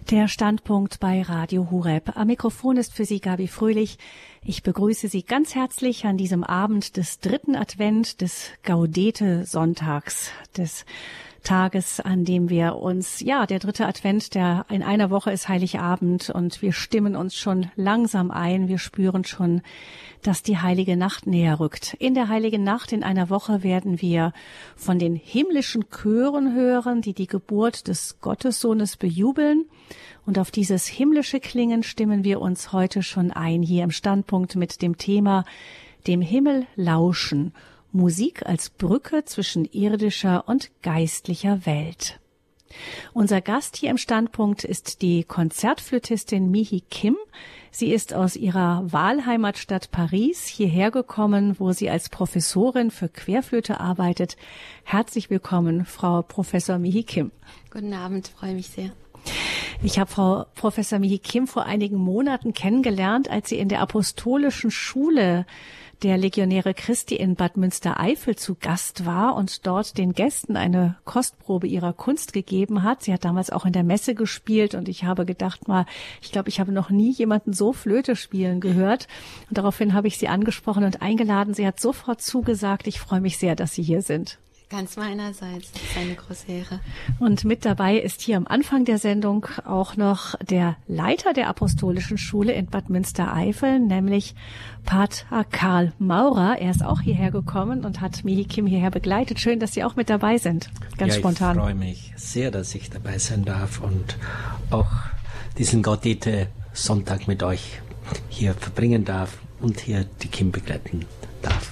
Der Standpunkt bei Radio Horeb. Am Mikrofon ist für Sie Gabi Fröhlich. Ich begrüße Sie ganz herzlich an diesem Abend des 3. Advent, des Gaudete-Sonntags, des Tages, an dem wir uns, der 3. Advent, der in einer Woche ist Heiligabend, und wir stimmen uns schon langsam ein. Wir spüren schon, dass die Heilige Nacht näher rückt. In der Heiligen Nacht in einer Woche werden wir von den himmlischen Chören hören, die die Geburt des Gottessohnes bejubeln. Und auf dieses himmlische Klingen stimmen wir uns heute schon ein, hier im Standpunkt mit dem Thema dem Himmel lauschen. Musik als Brücke zwischen irdischer und geistlicher Welt. Unser Gast hier im Standpunkt ist die Konzertflötistin Mihi Kim. Sie ist aus ihrer Wahlheimatstadt Paris hierher gekommen, wo sie als Professorin für Querflöte arbeitet. Herzlich willkommen, Frau Professor Mihi Kim. Guten Abend, freue mich sehr. Ich habe Frau Professor Mihi Kim vor einigen Monaten kennengelernt, als sie in der Apostolischen Schule der Legionäre Christi in Bad Münstereifel zu Gast war und dort den Gästen eine Kostprobe ihrer Kunst gegeben hat. Sie hat damals auch in der Messe gespielt und ich habe gedacht ich glaube, ich habe noch nie jemanden so Flöte spielen gehört. Und daraufhin habe ich sie angesprochen und eingeladen. Sie hat sofort zugesagt. Ich freue mich sehr, dass Sie hier sind. Ganz meinerseits, das ist eine große Ehre. Und mit dabei ist hier am Anfang der Sendung auch noch der Leiter der Apostolischen Schule in Bad Münstereifel, nämlich Pater Karl Maurer. Er ist auch hierher gekommen und hat Mihi Kim hierher begleitet. Schön, dass Sie auch mit dabei sind, ganz spontan. Ich freue mich sehr, dass ich dabei sein darf und auch diesen Gaudete-Sonntag mit euch hier verbringen darf und hier die Kim begleiten darf.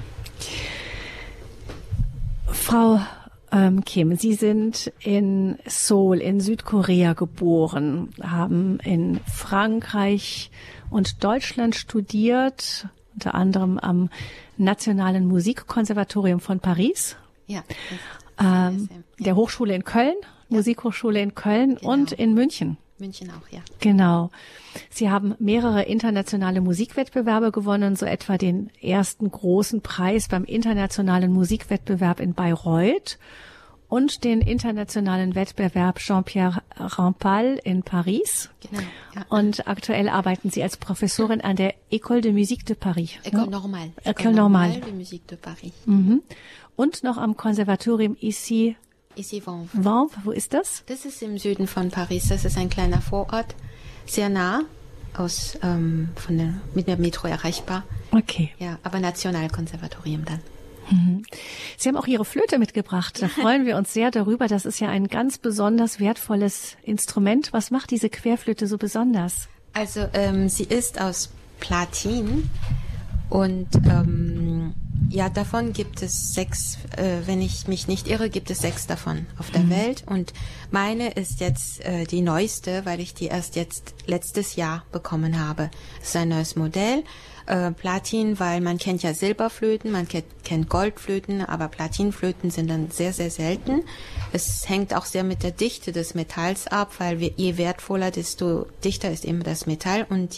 Frau Kim, Sie sind in Seoul in Südkorea geboren, haben in Frankreich und Deutschland studiert, unter anderem am Nationalen Musikkonservatorium von Paris, der Hochschule in Köln, Musikhochschule in Köln, genau. Und in München. München auch, ja. Genau. Sie haben mehrere internationale Musikwettbewerbe gewonnen, so etwa den ersten großen Preis beim internationalen Musikwettbewerb in Bayreuth und den internationalen Wettbewerb Jean-Pierre Rampal in Paris. Genau, ja. Und aktuell arbeiten Sie als Professorin an der École de Musique de Paris. École Normale. École Normale de Musique de Paris. Mhm. Und noch am Konservatorium Ici Vanves. Vanves, wo ist das? Das ist im Süden von Paris. Das ist ein kleiner Vorort, sehr nah, mit der Metro erreichbar. Okay. Ja, aber Nationalkonservatorium dann. Mhm. Sie haben auch Ihre Flöte mitgebracht. Da freuen wir uns sehr darüber. Das ist ja ein ganz besonders wertvolles Instrument. Was macht diese Querflöte so besonders? Also sie ist aus Platin und davon gibt es 6, wenn ich mich nicht irre, gibt es 6 davon auf der Welt. Und meine ist jetzt die neueste, weil ich die erst jetzt letztes Jahr bekommen habe. Es ist ein neues Modell. Platin, weil man kennt ja Silberflöten, man kennt Goldflöten, aber Platinflöten sind dann sehr, sehr selten. Es hängt auch sehr mit der Dichte des Metalls ab, weil je wertvoller, desto dichter ist eben das Metall und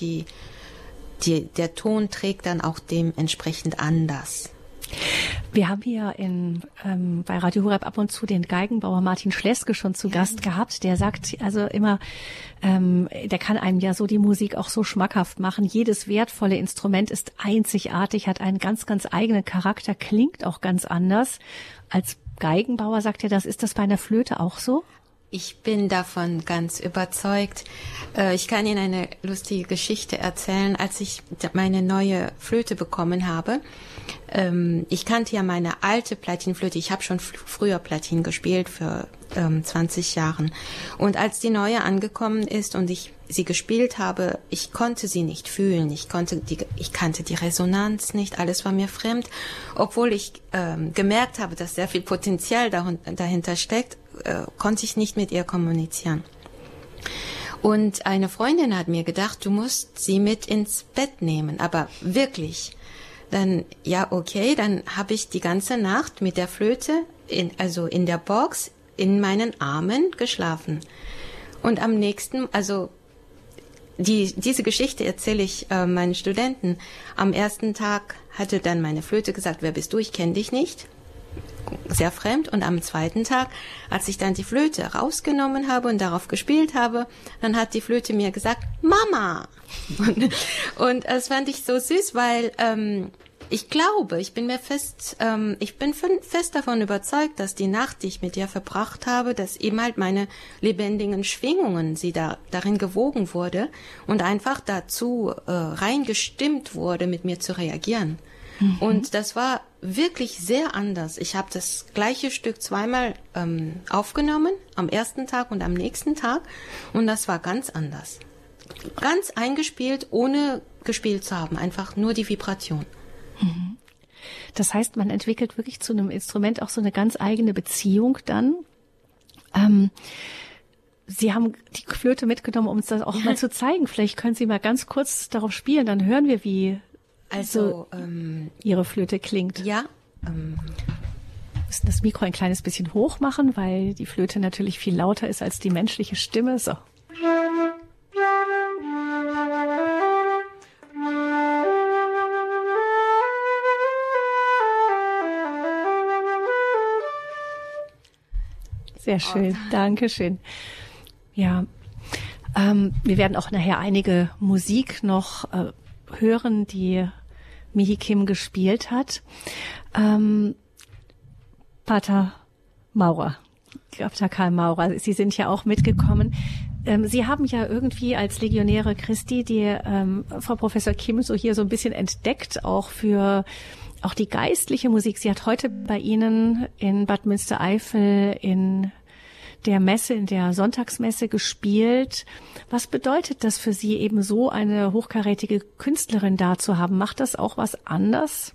der Ton trägt dann auch dementsprechend anders. Wir haben hier bei Radio Horeb ab und zu den Geigenbauer Martin Schleske schon zu Gast gehabt. Der sagt also immer, der kann einem ja so die Musik auch so schmackhaft machen. Jedes wertvolle Instrument ist einzigartig, hat einen ganz, ganz eigenen Charakter, klingt auch ganz anders. Als Geigenbauer sagt er, ist das bei einer Flöte auch so? Ich bin davon ganz überzeugt. Ich kann Ihnen eine lustige Geschichte erzählen. Als ich meine neue Flöte bekommen habe, ich kannte ja meine alte Platinflöte. Ich habe schon früher Platin gespielt für 20 Jahren. Und als die neue angekommen ist und ich sie gespielt habe, ich konnte sie nicht fühlen. Ich kannte die Resonanz nicht. Alles war mir fremd. Obwohl ich gemerkt habe, dass sehr viel Potenzial dahinter steckt, konnte ich nicht mit ihr kommunizieren. Und eine Freundin hat mir gedacht, du musst sie mit ins Bett nehmen, aber wirklich. Dann, ja, okay, dann habe ich die ganze Nacht mit der Flöte, in der Box, in meinen Armen geschlafen. Und am nächsten, diese Geschichte erzähle ich meinen Studenten. Am ersten Tag hatte dann meine Flöte gesagt, wer bist du? Ich kenne dich nicht. sehr fremd. Und am zweiten Tag, als ich dann die Flöte rausgenommen habe und darauf gespielt habe, dann hat die Flöte mir gesagt, Mama! Und das fand ich so süß, weil ich glaube, ich bin fest davon überzeugt, dass die Nacht, die ich mit ihr verbracht habe, dass eben halt meine lebendigen Schwingungen, sie darin gewogen wurde und einfach dazu reingestimmt wurde, mit mir zu reagieren. Mhm. Und das war wirklich sehr anders. Ich habe das gleiche Stück zweimal aufgenommen, am ersten Tag und am nächsten Tag, und das war ganz anders. Ganz eingespielt, ohne gespielt zu haben, einfach nur die Vibration. Das heißt, man entwickelt wirklich zu einem Instrument auch so eine ganz eigene Beziehung dann. Sie haben die Flöte mitgenommen, um uns das auch mal zu zeigen. Vielleicht können Sie mal ganz kurz darauf spielen, dann hören wir, wie Ihre Flöte klingt. Ja. Wir müssen das Mikro ein kleines bisschen hoch machen, weil die Flöte natürlich viel lauter ist als die menschliche Stimme. So. Sehr schön, danke schön. Ja, wir werden auch nachher einige Musik noch hören, die Mihi Kim gespielt hat. Pater Karl Maurer, Sie sind ja auch mitgekommen. Sie haben ja irgendwie als Legionäre Christi die Frau Professor Kim so hier so ein bisschen entdeckt, auch für auch die geistliche Musik. Sie hat heute bei Ihnen in Bad Münstereifel in der Messe, in der Sonntagsmesse gespielt. Was bedeutet das für Sie, eben so eine hochkarätige Künstlerin da zu haben? Macht das auch was anders?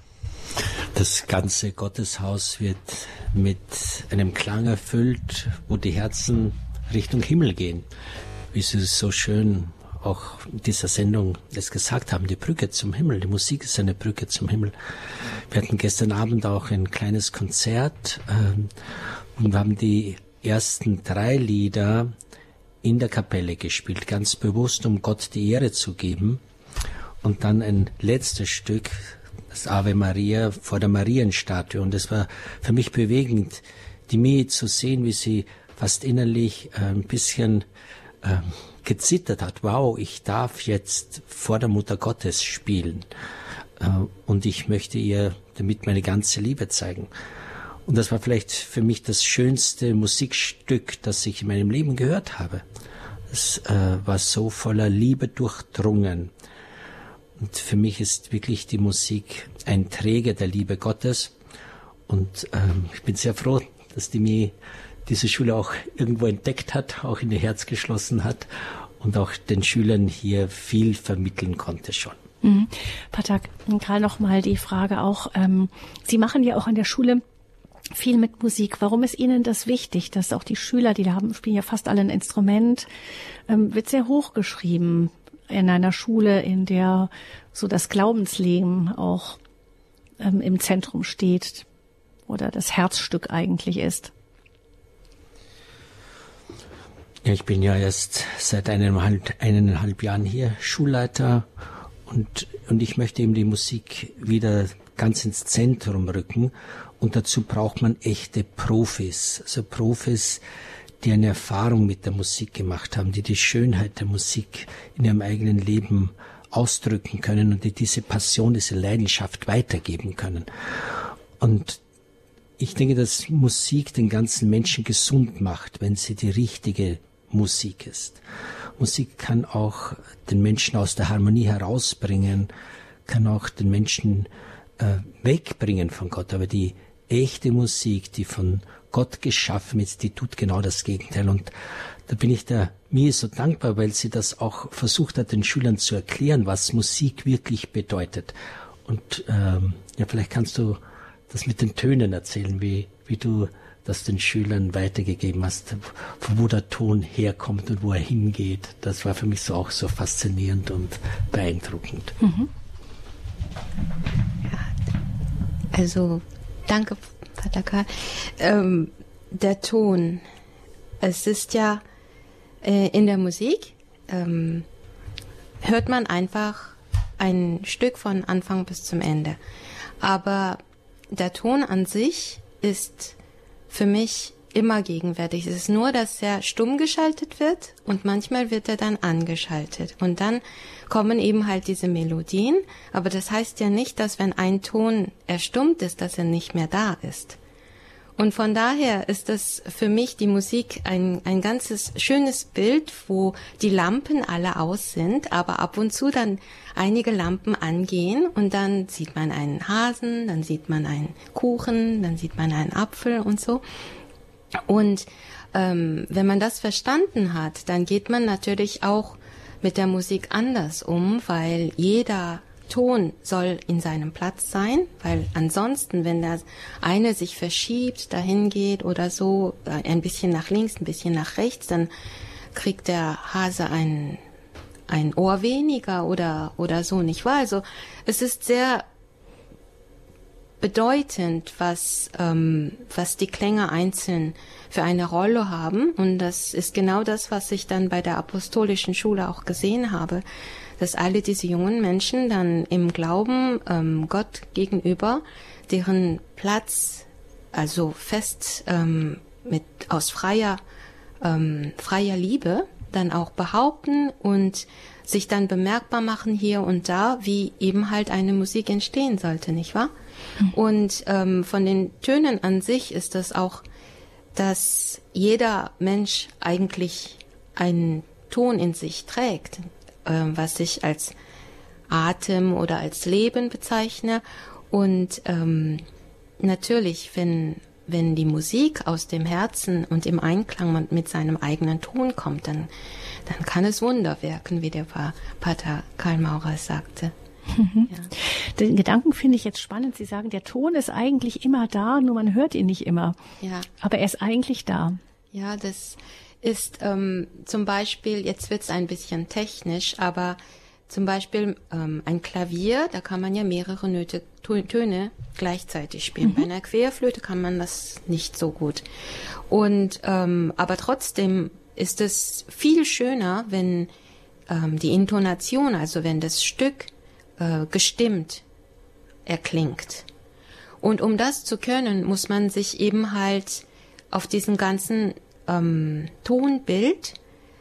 Das ganze Gotteshaus wird mit einem Klang erfüllt, wo die Herzen Richtung Himmel gehen. Wie Sie es so schön auch in dieser Sendung es gesagt haben, die Brücke zum Himmel. Die Musik ist eine Brücke zum Himmel. Wir hatten gestern Abend auch ein kleines Konzert und wir haben die ersten 3 Lieder in der Kapelle gespielt, ganz bewusst, um Gott die Ehre zu geben. Und dann ein letztes Stück, das Ave Maria vor der Marienstatue. Und es war für mich bewegend, die Mihi zu sehen, wie sie fast innerlich ein bisschen gezittert hat. Wow, ich darf jetzt vor der Mutter Gottes spielen. Und ich möchte ihr damit meine ganze Liebe zeigen. Und das war vielleicht für mich das schönste Musikstück, das ich in meinem Leben gehört habe. Es war so voller Liebe durchdrungen. Und für mich ist wirklich die Musik ein Träger der Liebe Gottes. Und ich bin sehr froh, dass die Mihi diese Schule auch irgendwo entdeckt hat, auch in ihr Herz geschlossen hat und auch den Schülern hier viel vermitteln konnte schon. Mhm. Pater Karl, noch mal die Frage auch, Sie machen ja auch an der Schule viel mit Musik. Warum ist Ihnen das wichtig, dass auch die Schüler, die da haben, spielen ja fast alle ein Instrument, wird sehr hoch geschrieben in einer Schule, in der so das Glaubensleben auch im Zentrum steht oder das Herzstück eigentlich ist? Ja, ich bin ja erst seit 1,5 Jahren hier Schulleiter und ich möchte eben die Musik wieder ganz ins Zentrum rücken. Und dazu braucht man echte Profis, also Profis, die eine Erfahrung mit der Musik gemacht haben, die Schönheit der Musik in ihrem eigenen Leben ausdrücken können und die diese Passion, diese Leidenschaft weitergeben können. Und ich denke, dass Musik den ganzen Menschen gesund macht, wenn sie die richtige Musik ist. Musik kann auch den Menschen aus der Harmonie herausbringen, kann auch den Menschen wegbringen von Gott, aber die echte Musik, die von Gott geschaffen ist, die tut genau das Gegenteil. Und da bin ich der Mihi so dankbar, weil sie das auch versucht hat, den Schülern zu erklären, was Musik wirklich bedeutet. Und ja, vielleicht kannst du das mit den Tönen erzählen, wie du das den Schülern weitergegeben hast, von wo der Ton herkommt und wo er hingeht. Das war für mich so auch so faszinierend und beeindruckend. Mhm. Ja, also danke, Pater Karl. Der Ton, es ist ja in der Musik, hört man einfach ein Stück von Anfang bis zum Ende. Aber der Ton an sich ist für mich immer gegenwärtig. Es ist nur, dass er stumm geschaltet wird und manchmal wird er dann angeschaltet. Und dann kommen eben halt diese Melodien, aber das heißt ja nicht, dass wenn ein Ton erstummt ist, dass er nicht mehr da ist. Und von daher ist das für mich die Musik ein ganzes schönes Bild, wo die Lampen alle aus sind, aber ab und zu dann einige Lampen angehen und dann sieht man einen Hasen, dann sieht man einen Kuchen, dann sieht man einen Apfel und so. Und wenn man das verstanden hat, dann geht man natürlich auch mit der Musik anders um, weil jeder Ton soll in seinem Platz sein, weil ansonsten, wenn der eine sich verschiebt, dahin geht oder so, ein bisschen nach links, ein bisschen nach rechts, dann kriegt der Hase ein Ohr weniger oder so, nicht wahr? Also es ist sehr bedeutend, was die Klänge einzeln für eine Rolle haben. Und das ist genau das, was ich dann bei der apostolischen Schule auch gesehen habe, dass alle diese jungen Menschen dann im Glauben Gott gegenüber deren Platz, also fest aus freier Liebe dann auch behaupten und sich dann bemerkbar machen hier und da, wie eben halt eine Musik entstehen sollte, nicht wahr? Und von den Tönen an sich ist das auch, dass jeder Mensch eigentlich einen Ton in sich trägt, was ich als Atem oder als Leben bezeichne. Und natürlich, wenn die Musik aus dem Herzen und im Einklang mit seinem eigenen Ton kommt, dann kann es Wunder wirken, wie der Pater Karl Maurer sagte. Ja. Den Gedanken finde ich jetzt spannend. Sie sagen, der Ton ist eigentlich immer da, nur man hört ihn nicht immer. Ja. Aber er ist eigentlich da. Ja, das ist zum Beispiel, jetzt wird es ein bisschen technisch, aber zum Beispiel ein Klavier, da kann man ja mehrere Töne gleichzeitig spielen. Bei einer Querflöte kann man das nicht so gut. Und aber trotzdem ist es viel schöner, wenn die Intonation, also wenn das Stück gestimmt erklingt. Und um das zu können, muss man sich eben halt auf diesen ganzen Tonbild,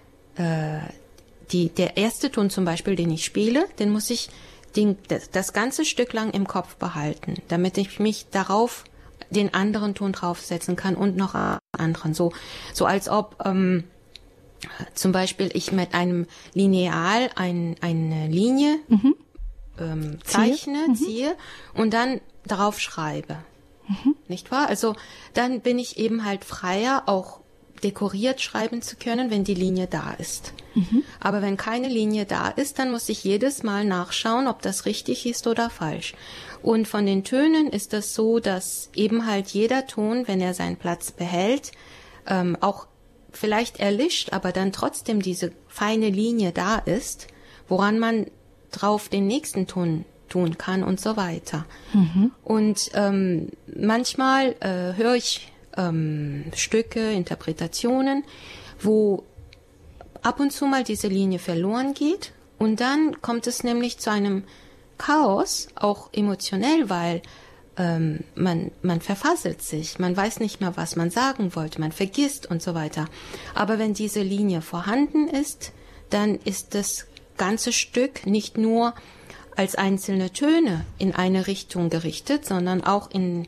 der erste Ton zum Beispiel, den ich spiele, den muss ich das ganze Stück lang im Kopf behalten, damit ich mich darauf den anderen Ton draufsetzen kann und noch einen anderen. So als ob zum Beispiel ich mit einem Lineal eine Linie zeichne, ziehe und dann darauf schreibe. Nicht wahr? Also dann bin ich eben halt freier, auch dekoriert schreiben zu können, wenn die Linie da ist. Aber wenn keine Linie da ist, dann muss ich jedes Mal nachschauen, ob das richtig ist oder falsch. Und von den Tönen ist das so, dass eben halt jeder Ton, wenn er seinen Platz behält, auch vielleicht erlischt, aber dann trotzdem diese feine Linie da ist, woran man drauf den nächsten Ton tun kann und so weiter. Und manchmal höre ich Stücke, Interpretationen, wo ab und zu mal diese Linie verloren geht und dann kommt es nämlich zu einem Chaos, auch emotionell, weil man verfasselt sich, man weiß nicht mehr, was man sagen wollte, man vergisst und so weiter. Aber wenn diese Linie vorhanden ist, dann ist das ganze Stück nicht nur als einzelne Töne in eine Richtung gerichtet, sondern auch im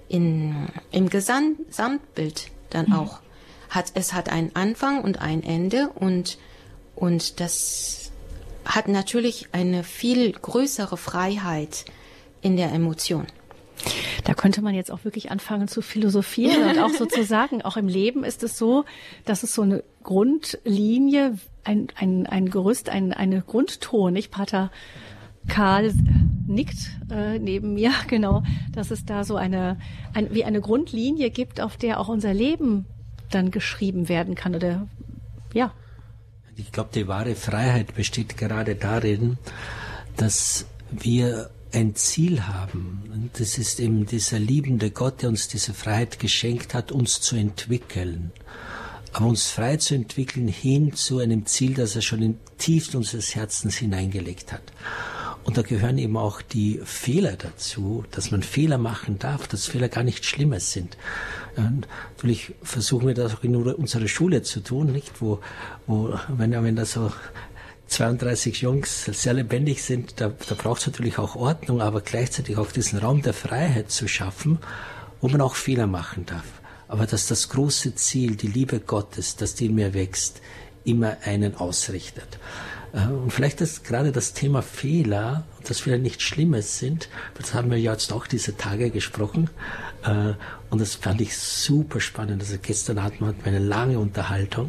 Gesamtbild dann auch. Es hat einen Anfang und ein Ende und das hat natürlich eine viel größere Freiheit in der Emotion. Da könnte man jetzt auch wirklich anfangen zu philosophieren und auch sozusagen, auch im Leben ist es so, dass es so eine Grundlinie, ein Gerüst, eine Grundton, nicht? Pater Karl nickt neben mir, genau, dass es da so wie eine Grundlinie gibt, auf der auch unser Leben dann geschrieben werden kann, oder, ja. Ich glaube, die wahre Freiheit besteht gerade darin, dass wir ein Ziel haben. Und das ist eben dieser liebende Gott, der uns diese Freiheit geschenkt hat, uns zu entwickeln. Aber uns frei zu entwickeln hin zu einem Ziel, das er schon in Tiefen unseres Herzens hineingelegt hat. Und da gehören eben auch die Fehler dazu, dass man Fehler machen darf, dass Fehler gar nichts Schlimmes sind. Ja, natürlich versuchen wir das auch in unserer Schule zu tun, nicht? Wo wenn da so 32 Jungs sehr lebendig sind, da braucht es natürlich auch Ordnung, aber gleichzeitig auch diesen Raum der Freiheit zu schaffen, wo man auch Fehler machen darf. Aber dass das große Ziel, die Liebe Gottes, dass die in mir wächst, immer einen ausrichtet. Und vielleicht ist gerade das Thema Fehler, dass Fehler nichts Schlimmes sind, das haben wir ja jetzt auch diese Tage gesprochen, und das fand ich super spannend. Also gestern hatten wir eine lange Unterhaltung,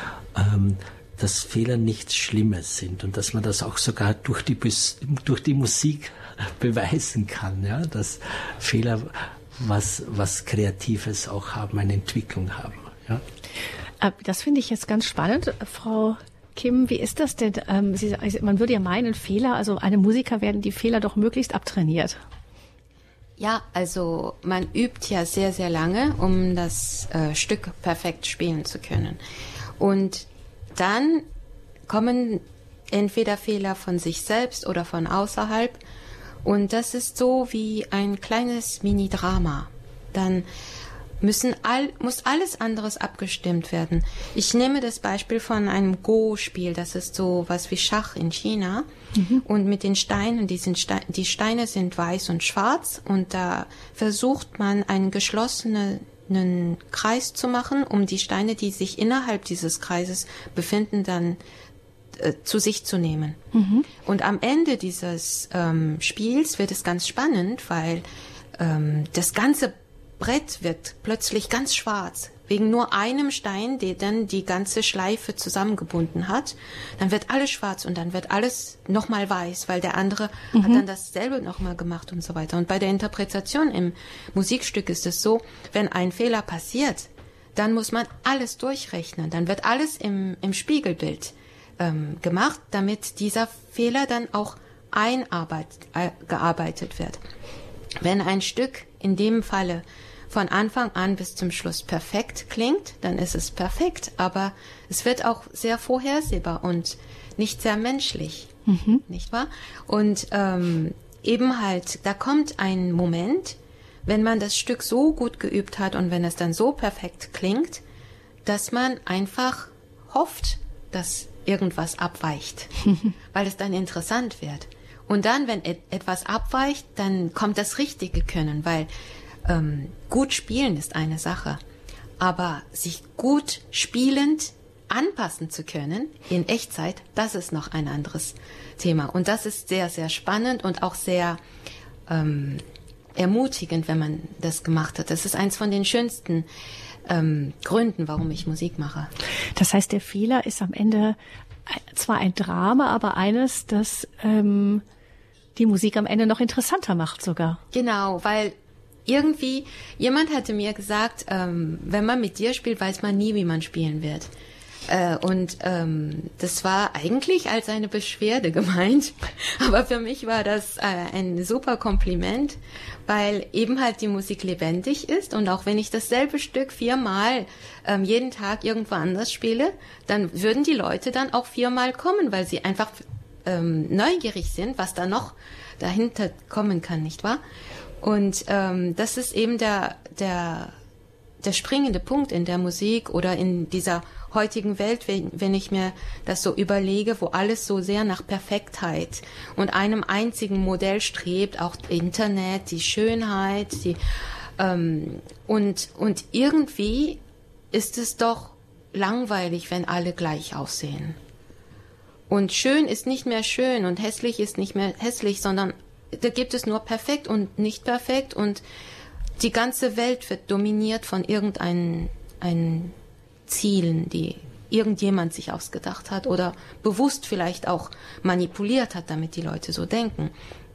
dass Fehler nichts Schlimmes sind und dass man das auch sogar durch die Musik beweisen kann, ja, dass Fehler was Kreatives auch haben, eine Entwicklung haben. Ja. Das finde ich jetzt ganz spannend, Frau Kim. Wie ist das denn? Man würde ja meinen, Fehler, also einem Musiker werden die Fehler doch möglichst abtrainiert. Ja, also man übt ja sehr, sehr lange, um das Stück perfekt spielen zu können. Und dann kommen entweder Fehler von sich selbst oder von außerhalb. Und das ist so wie ein kleines Mini-Drama. Dann muss alles anderes abgestimmt werden. Ich nehme das Beispiel von einem Go-Spiel. Das ist so was wie Schach in China. Und mit den Steinen, die Steine sind weiß und schwarz. Und da versucht man einen geschlossenen Kreis zu machen, um die Steine, die sich innerhalb dieses Kreises befinden, dann zu sich zu nehmen. Und am Ende dieses Spiels wird es ganz spannend, weil das ganze Brett wird plötzlich ganz schwarz, wegen nur einem Stein, der dann die ganze Schleife zusammengebunden hat. Dann wird alles schwarz und dann wird alles nochmal weiß, weil der andere hat dann dasselbe nochmal gemacht und so weiter. Und bei der Interpretation im Musikstück ist es so, wenn ein Fehler passiert, dann muss man alles durchrechnen. Dann wird alles im Spiegelbild gemacht, damit dieser Fehler dann auch gearbeitet wird. Wenn ein Stück in dem Falle von Anfang an bis zum Schluss perfekt klingt, dann ist es perfekt, aber es wird auch sehr vorhersehbar und nicht sehr menschlich, nicht wahr? Und eben halt, da kommt ein Moment, wenn man das Stück so gut geübt hat und wenn es dann so perfekt klingt, dass man einfach hofft, dass irgendwas abweicht, weil es dann interessant wird. Und dann, wenn etwas abweicht, dann kommt das richtige Können, weil gut spielen ist eine Sache, aber sich gut spielend anpassen zu können in Echtzeit, das ist noch ein anderes Thema. Und das ist sehr, sehr spannend und auch sehr ermutigend, wenn man das gemacht hat. Das ist eins von den schönsten Gründen, warum ich Musik mache. Das heißt, der Fehler ist am Ende zwar ein Drama, aber eines, das die Musik am Ende noch interessanter macht sogar. Genau, weil irgendwie, jemand hatte mir gesagt, wenn man mit dir spielt, weiß man nie, wie man spielen wird. Und das war eigentlich als eine Beschwerde gemeint, aber für mich war das ein super Kompliment, weil eben halt die Musik lebendig ist und auch wenn ich dasselbe Stück 4-mal jeden Tag irgendwo anders spiele, dann würden die Leute dann auch 4-mal kommen, weil sie einfach neugierig sind, was da noch dahinter kommen kann, nicht wahr? Und das ist eben der springende Punkt in der Musik oder in dieser heutigen Welt, wenn ich mir das so überlege, wo alles so sehr nach Perfektheit und einem einzigen Modell strebt, auch Internet, die Schönheit, und irgendwie ist es doch langweilig, wenn alle gleich aussehen. Und schön ist nicht mehr schön und hässlich ist nicht mehr hässlich, sondern da gibt es nur perfekt und nicht perfekt und die ganze Welt wird dominiert von irgendeinen Zielen, die irgendjemand sich ausgedacht hat oder bewusst vielleicht auch manipuliert hat, damit die Leute so denken.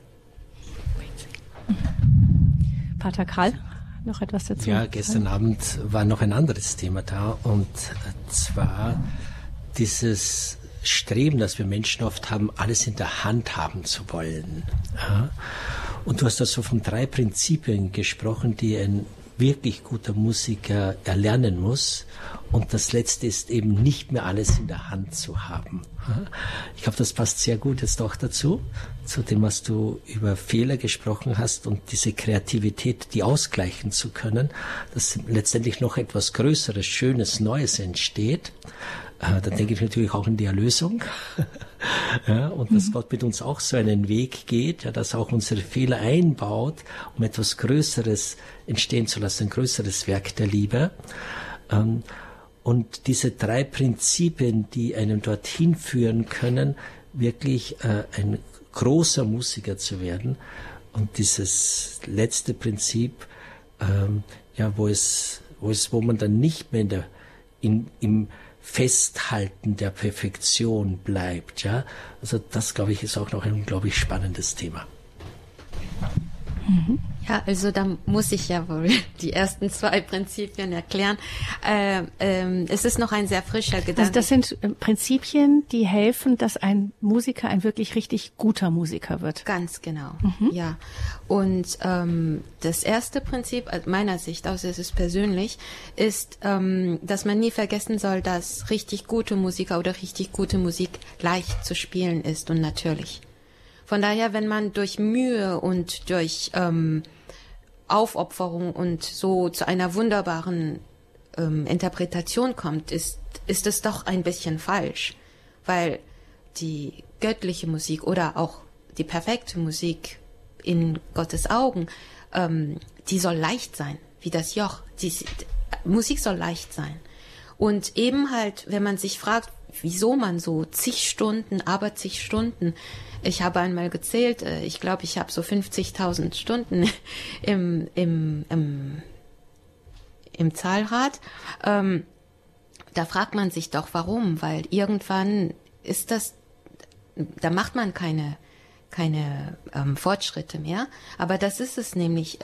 Pater Karl, noch etwas dazu? Ja, gestern Abend war noch ein anderes Thema da und zwar dieses Streben, das wir Menschen oft haben, alles in der Hand haben zu wollen. Ja? Und du hast da so von 3 Prinzipien gesprochen, die ein wirklich guter Musiker erlernen muss. Und das Letzte ist eben nicht mehr alles in der Hand zu haben. Ich glaube, das passt sehr gut jetzt auch dazu, zu dem, was du über Fehler gesprochen hast und diese Kreativität, die ausgleichen zu können, dass letztendlich noch etwas Größeres, Schönes, Neues entsteht. Da denke ich natürlich auch in die Erlösung. Ja, und dass Gott mit uns auch so einen Weg geht, ja, dass er auch unsere Fehler einbaut, um etwas Größeres entstehen zu lassen, ein größeres Werk der Liebe. Und diese 3 Prinzipien, die einem dorthin führen können, wirklich ein großer Musiker zu werden. Und dieses letzte Prinzip, wo man dann nicht mehr im Festhalten der Perfektion bleibt. Ja? Also das, glaube ich, ist auch noch ein unglaublich spannendes Thema. Ja, also da muss ich ja wohl die ersten 2 Prinzipien erklären. Es ist noch ein sehr frischer Gedanke. Also das sind Prinzipien, die helfen, dass ein Musiker ein wirklich richtig guter Musiker wird. Ganz genau, ja. Und das erste Prinzip, aus meiner Sicht aus, es ist persönlich, ist, dass man nie vergessen soll, dass richtig gute Musiker oder richtig gute Musik leicht zu spielen ist und natürlich. Von daher, wenn man durch Mühe und durch Aufopferung und so zu einer wunderbaren Interpretation kommt, ist es doch ein bisschen falsch, weil die göttliche Musik oder auch die perfekte Musik in Gottes Augen, die soll leicht sein, wie das Joch. Musik soll leicht sein. Und eben halt, wenn man sich fragt, wieso man so zig Stunden, ich habe einmal gezählt, ich glaube, ich habe so 50.000 Stunden im Zahlrad. Da fragt man sich doch, warum, weil irgendwann da macht man keine Fortschritte mehr. Aber das ist es nämlich,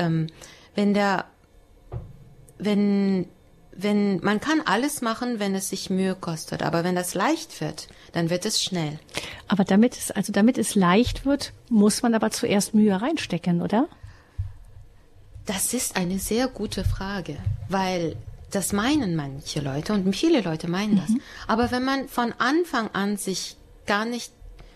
wenn man kann alles machen, wenn es sich Mühe kostet, aber wenn das leicht wird, dann wird es schnell. Aber damit es leicht wird, muss man aber zuerst Mühe reinstecken, oder? Das ist eine sehr gute Frage, weil das meinen manche Leute und viele Leute meinen das. Aber wenn man von Anfang an sich gar nicht,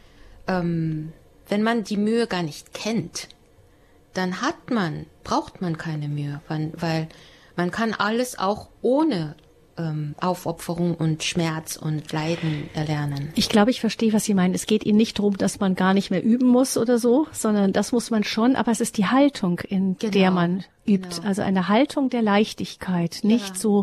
wenn man die Mühe gar nicht kennt, dann braucht man keine Mühe, weil man kann alles auch ohne Aufopferung und Schmerz und Leiden erlernen. Ich glaube, ich verstehe, was Sie meinen. Es geht Ihnen nicht darum, dass man gar nicht mehr üben muss oder so, sondern das muss man schon, aber es ist die Haltung, in der man übt. Genau. Also eine Haltung der Leichtigkeit, nicht so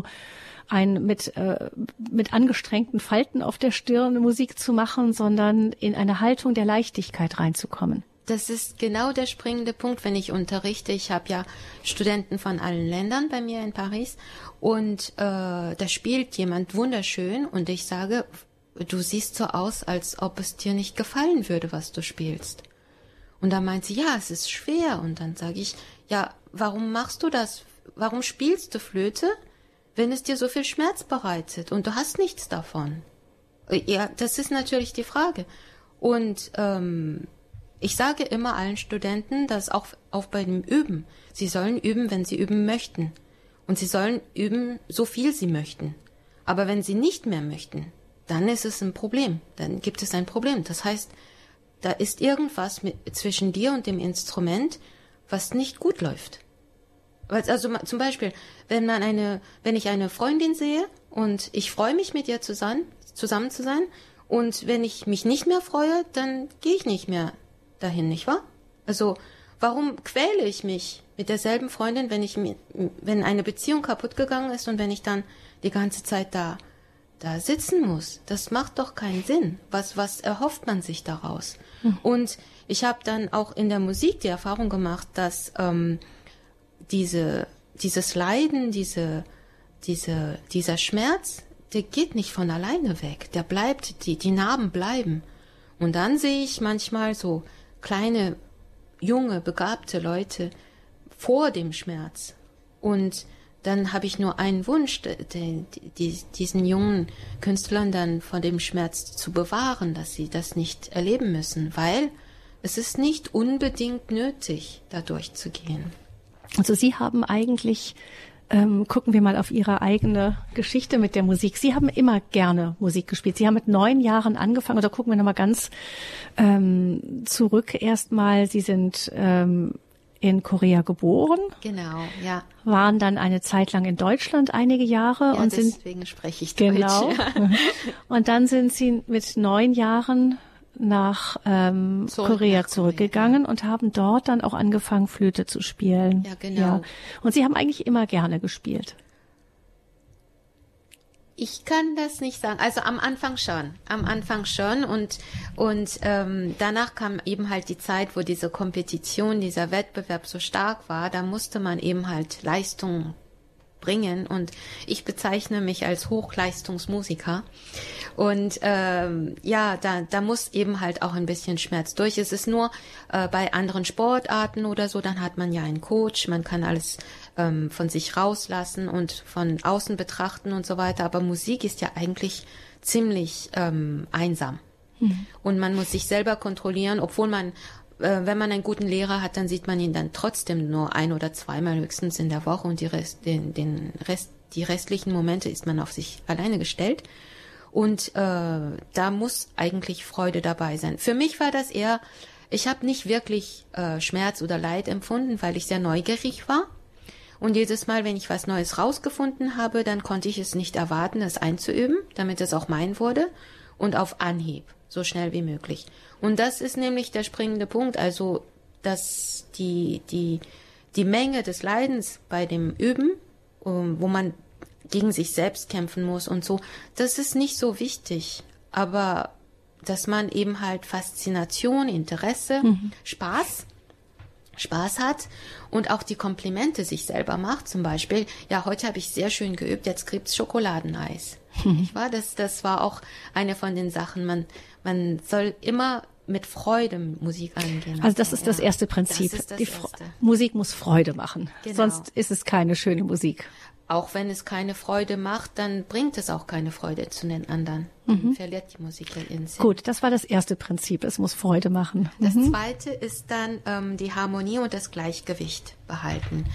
mit angestrengten Falten auf der Stirn Musik zu machen, sondern in eine Haltung der Leichtigkeit reinzukommen. Das ist genau der springende Punkt, wenn ich unterrichte. Ich habe ja Studenten von allen Ländern bei mir in Paris und da spielt jemand wunderschön und ich sage, du siehst so aus, als ob es dir nicht gefallen würde, was du spielst. Und dann meint sie, ja, es ist schwer. Und dann sage ich, ja, warum machst du das? Warum spielst du Flöte, wenn es dir so viel Schmerz bereitet und du hast nichts davon? Ja, das ist natürlich die Frage. Und ich sage immer allen Studenten, dass auch bei dem Üben, sie sollen üben, wenn sie üben möchten. Und sie sollen üben, so viel sie möchten. Aber wenn sie nicht mehr möchten, dann ist es ein Problem. Dann gibt es ein Problem. Das heißt, da ist irgendwas zwischen dir und dem Instrument, was nicht gut läuft. Also zum Beispiel, wenn ich eine Freundin sehe und ich freue mich mit ihr zusammen zu sein und wenn ich mich nicht mehr freue, dann gehe ich nicht mehr dahin, nicht wahr? Also, warum quäle ich mich mit derselben Freundin, wenn eine Beziehung kaputt gegangen ist und wenn ich dann die ganze Zeit da sitzen muss? Das macht doch keinen Sinn. Was erhofft man sich daraus? Und ich habe dann auch in der Musik die Erfahrung gemacht, dass dieses Leiden, dieser Schmerz, der geht nicht von alleine weg. Der bleibt, die Narben bleiben. Und dann sehe ich manchmal so kleine, junge, begabte Leute vor dem Schmerz. Und dann habe ich nur einen Wunsch, diesen jungen Künstlern dann vor dem Schmerz zu bewahren, dass sie das nicht erleben müssen, weil es ist nicht unbedingt nötig, da durchzugehen. Also Sie haben eigentlich, gucken wir mal auf Ihre eigene Geschichte mit der Musik. Sie haben immer gerne Musik gespielt. Sie haben mit 9 Jahren angefangen, oder gucken wir nochmal ganz zurück erstmal. Sie sind in Korea geboren. Genau, ja. Waren dann eine Zeit lang in Deutschland, einige Jahre. Ja, und deswegen spreche ich Deutsch. Genau. Und dann sind Sie mit 9 Jahren nach Korea zurückgegangen und haben dort dann auch angefangen, Flöte zu spielen. Ja, genau. Ja. Und Sie haben eigentlich immer gerne gespielt. Ich kann das nicht sagen. Also am Anfang schon und danach kam eben halt die Zeit, wo diese Kompetition, dieser Wettbewerb so stark war. Da musste man eben halt Leistung bringen und ich bezeichne mich als Hochleistungsmusiker und da muss eben halt auch ein bisschen Schmerz durch. Es ist nur bei anderen Sportarten oder so, dann hat man ja einen Coach, man kann alles von sich rauslassen und von außen betrachten und so weiter, aber Musik ist ja eigentlich ziemlich einsam und man muss sich selber kontrollieren, obwohl man wenn man einen guten Lehrer hat, dann sieht man ihn dann trotzdem nur 1- oder 2-mal höchstens in der Woche und die restlichen Momente ist man auf sich alleine gestellt. Und da muss eigentlich Freude dabei sein. Für mich war das eher, ich habe nicht wirklich Schmerz oder Leid empfunden, weil ich sehr neugierig war. Und jedes Mal, wenn ich was Neues rausgefunden habe, dann konnte ich es nicht erwarten, es einzuüben, damit es auch mein wurde. Und auf Anhieb, so schnell wie möglich. Und das ist nämlich der springende Punkt, also dass die Menge des Leidens bei dem Üben, wo man gegen sich selbst kämpfen muss und so, das ist nicht so wichtig. Aber dass man eben halt Faszination, Interesse, Spaß hat und auch die Komplimente sich selber macht. Zum Beispiel, ja, heute habe ich sehr schön geübt, jetzt gibt's Schokoladeneis. Das war auch eine von den Sachen. Man soll immer mit Freude Musik angehen. Also das ist das erste Prinzip. Das ist das erste. Erste. Musik muss Freude machen. Genau. Sonst ist es keine schöne Musik. Auch wenn es keine Freude macht, dann bringt es auch keine Freude zu den anderen. Dann verliert die Musik ihren Sinn. Gut, das war das erste Prinzip. Es muss Freude machen. Das zweite ist dann die Harmonie und das Gleichgewicht behalten.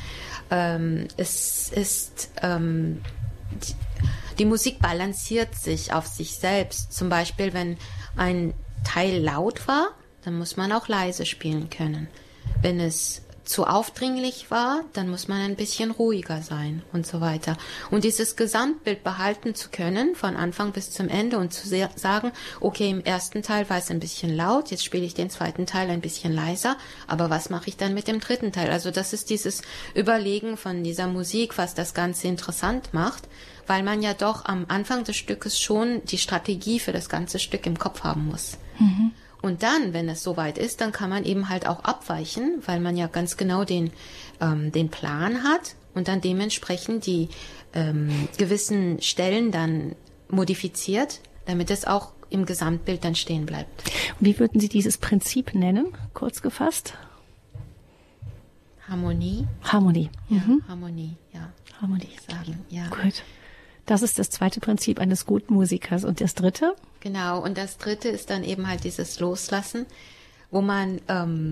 Die Musik balanciert sich auf sich selbst. Zum Beispiel, wenn ein Teil laut war, dann muss man auch leise spielen können. Wenn es zu aufdringlich war, dann muss man ein bisschen ruhiger sein und so weiter. Und dieses Gesamtbild behalten zu können, von Anfang bis zum Ende und zu sagen, okay, im ersten Teil war es ein bisschen laut, jetzt spiele ich den zweiten Teil ein bisschen leiser, aber was mache ich dann mit dem dritten Teil? Also das ist dieses Überlegen von dieser Musik, was das Ganze interessant macht, weil man ja doch am Anfang des Stückes schon die Strategie für das ganze Stück im Kopf haben muss. Und dann, wenn es soweit ist, dann kann man eben halt auch abweichen, weil man ja ganz genau den Plan hat und dann dementsprechend die gewissen Stellen dann modifiziert, damit es auch im Gesamtbild dann stehen bleibt. Wie würden Sie dieses Prinzip nennen, kurz gefasst? Harmonie. Harmonie. Ja, Harmonie, ja. Harmonie. Sagen, ja. Gut. Das ist das zweite Prinzip eines guten Musikers. Und das dritte? Genau, und das dritte ist dann eben halt dieses Loslassen, wo man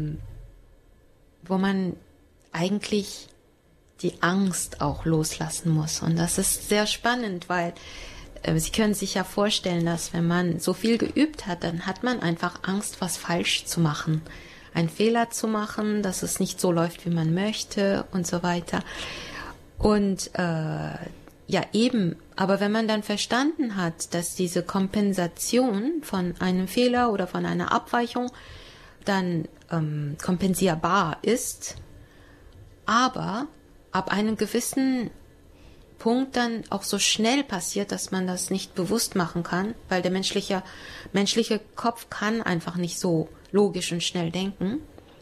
eigentlich die Angst auch loslassen muss. Und das ist sehr spannend, weil Sie können sich ja vorstellen, dass wenn man so viel geübt hat, dann hat man einfach Angst, was falsch zu machen, einen Fehler zu machen, dass es nicht so läuft, wie man möchte und so weiter. Und ja, eben. Aber wenn man dann verstanden hat, dass diese Kompensation von einem Fehler oder von einer Abweichung dann kompensierbar ist, aber ab einem gewissen Punkt dann auch so schnell passiert, dass man das nicht bewusst machen kann, weil der menschliche Kopf kann einfach nicht so logisch und schnell denken,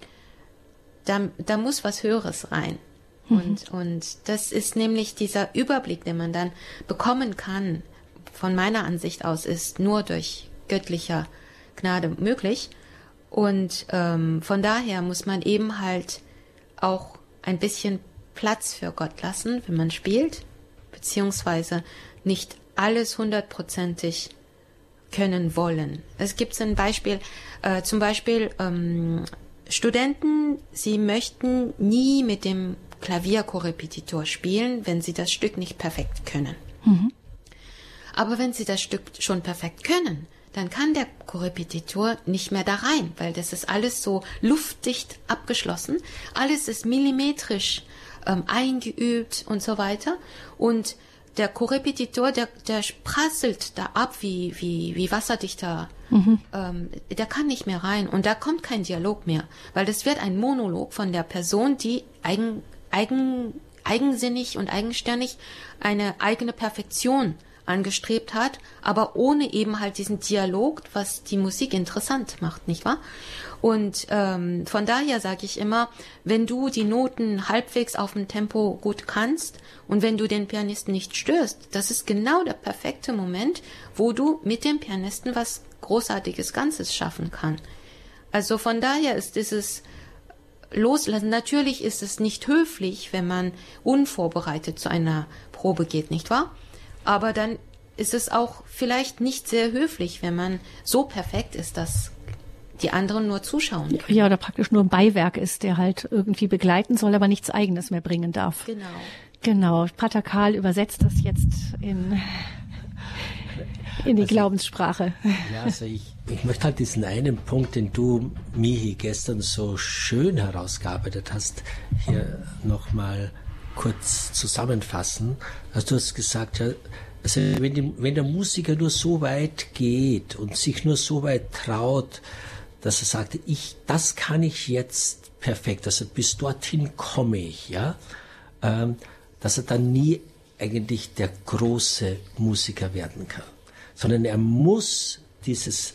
da muss was Höheres rein. Und das ist nämlich dieser Überblick, den man dann bekommen kann, von meiner Ansicht aus, ist nur durch göttlicher Gnade möglich. Und von daher muss man eben halt auch ein bisschen Platz für Gott lassen, wenn man spielt, beziehungsweise nicht alles 100%ig können wollen. Es gibt ein Beispiel, zum Beispiel Studenten, sie möchten nie mit dem Klavierkorrepetitor spielen, wenn sie das Stück nicht perfekt können. Aber wenn sie das Stück schon perfekt können, dann kann der Korrepetitor nicht mehr da rein, weil das ist alles so luftdicht abgeschlossen. Alles ist millimetrisch eingeübt und so weiter. Und der Korrepetitor, der prasselt da ab wie wasserdichter. Der kann nicht mehr rein. Und da kommt kein Dialog mehr, weil das wird ein Monolog von der Person, die eigensinnig und eigenständig eine eigene Perfektion angestrebt hat, aber ohne eben halt diesen Dialog, was die Musik interessant macht, nicht wahr? Und von daher sage ich immer, wenn du die Noten halbwegs auf dem Tempo gut kannst und wenn du den Pianisten nicht störst, das ist genau der perfekte Moment, wo du mit dem Pianisten was Großartiges Ganzes schaffen kann. Also von daher ist dieses Loslassen, natürlich ist es nicht höflich, wenn man unvorbereitet zu einer Probe geht, nicht wahr? Aber dann ist es auch vielleicht nicht sehr höflich, wenn man so perfekt ist, dass die anderen nur zuschauen können. Ja, oder praktisch nur ein Beiwerk ist, der halt irgendwie begleiten soll, aber nichts Eigenes mehr bringen darf. Genau. Pater Karl übersetzt das jetzt in die Glaubenssprache. Ja, also ich möchte halt diesen einen Punkt, den du, Michi, gestern so schön herausgearbeitet hast, hier nochmal kurz zusammenfassen. Also du hast gesagt, ja, also wenn der Musiker nur so weit geht und sich nur so weit traut, dass er sagt, das kann ich jetzt perfekt, also bis dorthin komme ich, ja, dass er dann nie eigentlich der große Musiker werden kann, sondern er muss dieses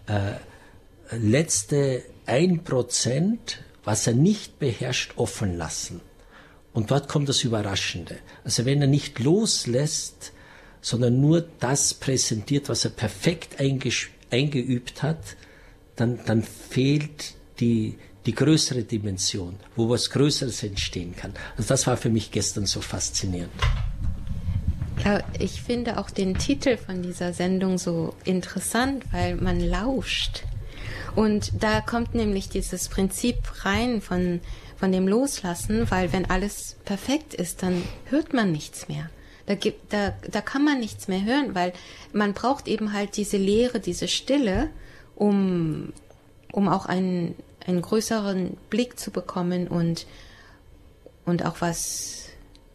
letzte 1%, was er nicht beherrscht, offen lassen. Und dort kommt das Überraschende. Also wenn er nicht loslässt, sondern nur das präsentiert, was er perfekt eingeübt hat, dann fehlt die größere Dimension, wo was Größeres entstehen kann. Also das war für mich gestern so faszinierend. Ich finde auch den Titel von dieser Sendung so interessant, weil man lauscht. Und da kommt nämlich dieses Prinzip rein von dem Loslassen, weil wenn alles perfekt ist, dann hört man nichts mehr. Da kann man nichts mehr hören, weil man braucht eben halt diese Leere, diese Stille, um auch einen größeren Blick zu bekommen und auch was,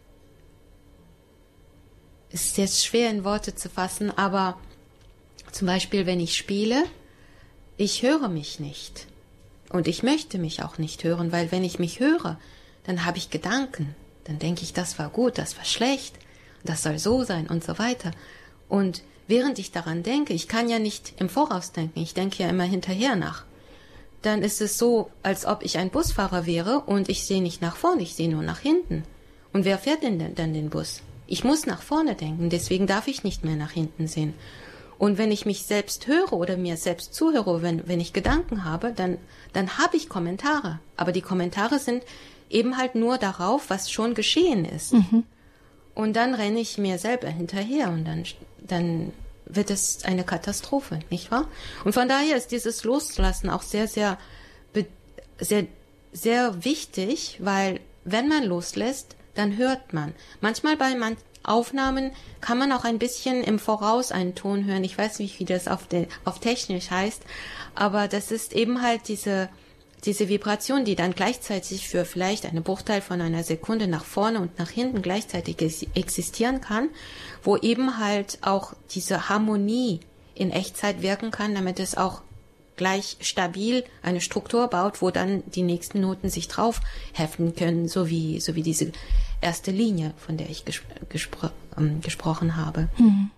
ist jetzt schwer in Worte zu fassen, aber zum Beispiel, wenn ich spiele, ich höre mich nicht. Und ich möchte mich auch nicht hören, weil wenn ich mich höre, dann habe ich Gedanken. Dann denke ich, das war gut, das war schlecht, das soll so sein und so weiter. Und während ich daran denke, ich kann ja nicht im Voraus denken, ich denke ja immer hinterher nach. Dann ist es so, als ob ich ein Busfahrer wäre und ich sehe nicht nach vorne, ich sehe nur nach hinten. Und wer fährt denn dann den Bus? Ich muss nach vorne denken, deswegen darf ich nicht mehr nach hinten sehen. Und wenn ich mich selbst höre oder mir selbst zuhöre, wenn ich Gedanken habe, dann habe ich Kommentare. Aber die Kommentare sind eben halt nur darauf, was schon geschehen ist. Und dann renne ich mir selber hinterher und dann wird es eine Katastrophe, nicht wahr? Und von daher ist dieses Loslassen auch sehr, sehr, sehr, sehr wichtig, weil wenn man loslässt, dann hört man. Manchmal bei Aufnahmen kann man auch ein bisschen im Voraus einen Ton hören. Ich weiß nicht, wie das auf Technisch heißt, aber das ist eben halt diese Vibration, die dann gleichzeitig für vielleicht eine Bruchteil von einer Sekunde nach vorne und nach hinten gleichzeitig existieren kann, wo eben halt auch diese Harmonie in Echtzeit wirken kann, damit es auch gleich stabil eine Struktur baut, wo dann die nächsten Noten sich drauf heften können, so wie diese erste Linie, von der ich gesprochen habe.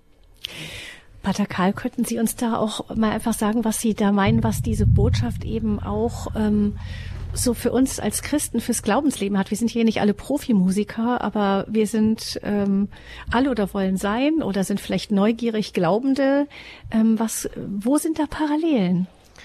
Pater Karl, könnten Sie uns da auch mal einfach sagen, was Sie da meinen, was diese Botschaft eben auch so für uns als Christen fürs Glaubensleben hat? Wir sind hier nicht alle Profimusiker, aber wir sind alle oder wollen sein oder sind vielleicht neugierig Glaubende. Wo sind da Parallelen?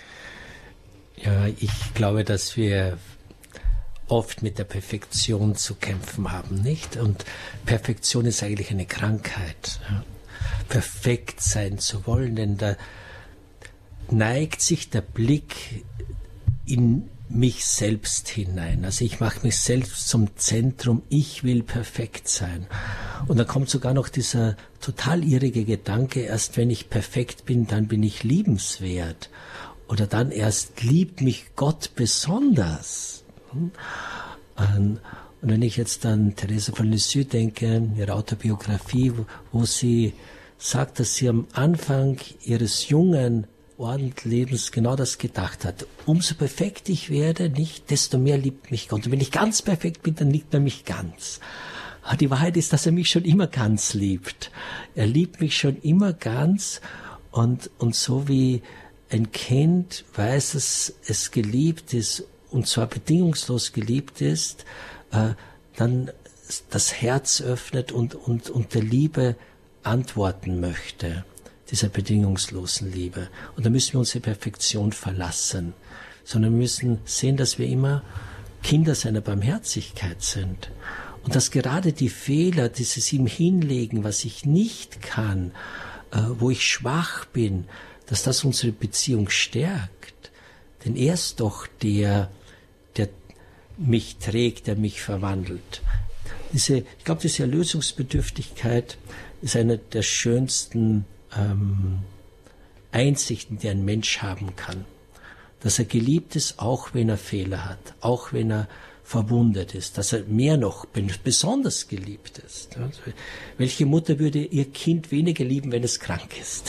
Ja, ich glaube, dass wir oft mit der Perfektion zu kämpfen haben, nicht? Und Perfektion ist eigentlich eine Krankheit. Ja. Perfekt sein zu wollen, denn da neigt sich der Blick in mich selbst hinein. Also ich mache mich selbst zum Zentrum, ich will perfekt sein. Und dann kommt sogar noch dieser total irrige Gedanke, erst wenn ich perfekt bin, dann bin ich liebenswert. Oder dann erst liebt mich Gott besonders. Und wenn ich jetzt an Therese von Lisieux denke, ihre Autobiografie, wo sie sagt, dass sie am Anfang ihres jungen Ordenlebens genau das gedacht hat. Umso perfekt ich werde, nicht, desto mehr liebt mich Gott. Und wenn ich ganz perfekt bin, dann liebt er mich ganz. Aber die Wahrheit ist, dass er mich schon immer ganz liebt. Er liebt mich schon immer ganz und so wie ein Kind weiß, dass es geliebt ist und zwar bedingungslos geliebt ist, dann das Herz öffnet und der Liebe antworten möchte, dieser bedingungslosen Liebe. Und da müssen wir unsere Perfektion verlassen, sondern wir müssen sehen, dass wir immer Kinder seiner Barmherzigkeit sind. Und dass gerade die Fehler, dieses ihm hinlegen, was ich nicht kann, wo ich schwach bin, dass das unsere Beziehung stärkt. Denn er ist doch der mich trägt, der mich verwandelt. Ich glaube, diese Erlösungsbedürftigkeit ist eine der schönsten Einsichten, die ein Mensch haben kann. Dass er geliebt ist, auch wenn er Fehler hat, auch wenn er verwundet ist, dass er mehr noch besonders geliebt ist. Also, welche Mutter würde ihr Kind weniger lieben, wenn es krank ist?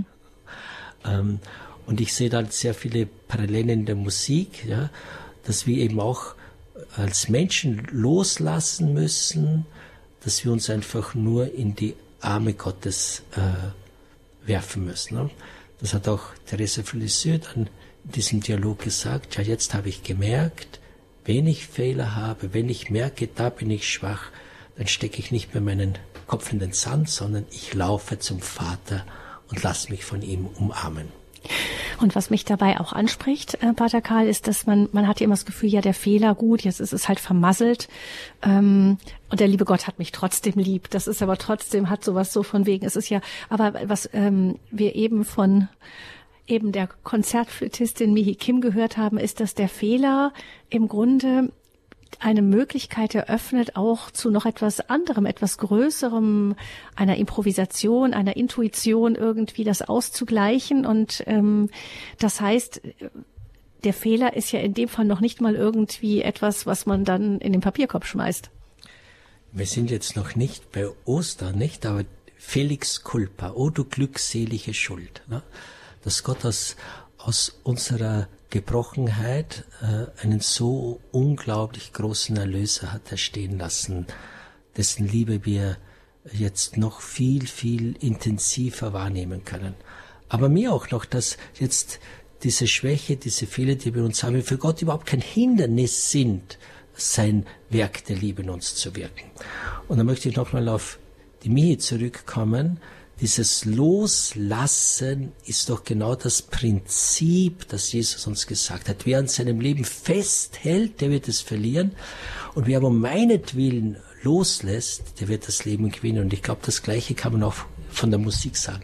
Und ich sehe da sehr viele Parallelen in der Musik, ja, dass wir eben auch als Menschen loslassen müssen, dass wir uns einfach nur in die Arme Gottes werfen müssen. Ne? Das hat auch Therese von Lisieux dann in diesem Dialog gesagt, ja, jetzt habe ich gemerkt, wenn ich Fehler habe, wenn ich merke, da bin ich schwach, dann stecke ich nicht mehr meinen Kopf in den Sand, sondern ich laufe zum Vater und lasse mich von ihm umarmen. Und was mich dabei auch anspricht, Pater Karl, ist, dass man hat ja immer das Gefühl, ja, der Fehler, gut, jetzt ist es halt vermasselt, und der liebe Gott hat mich trotzdem lieb. Das ist aber trotzdem, hat sowas so von wegen, es ist ja, aber was wir eben von eben der Konzertflötistin Mihi Kim gehört haben, ist, dass der Fehler im Grunde eine Möglichkeit eröffnet, auch zu noch etwas anderem, etwas Größerem, einer Improvisation, einer Intuition irgendwie das auszugleichen. Und das heißt, der Fehler ist ja in dem Fall noch nicht mal irgendwie etwas, was man dann in den Papierkorb schmeißt. Wir sind jetzt noch nicht bei Ostern, nicht? Aber Felix culpa, oh du glückselige Schuld. Ne? Dass Gott aus unserer Gebrochenheit einen so unglaublich großen Erlöser hat erstehen lassen, dessen Liebe wir jetzt noch viel, viel intensiver wahrnehmen können. Aber mir auch noch, dass jetzt diese Schwäche, diese Fehler, die wir uns haben, für Gott überhaupt kein Hindernis sind, sein Werk der Liebe in uns zu wirken. Und dann möchte ich nochmal auf die Mihi zurückkommen. Dieses Loslassen ist doch genau das Prinzip, das Jesus uns gesagt hat. Wer an seinem Leben festhält, der wird es verlieren. Und wer aber um meinetwillen loslässt, der wird das Leben gewinnen. Und ich glaube, das Gleiche kann man auch von der Musik sagen.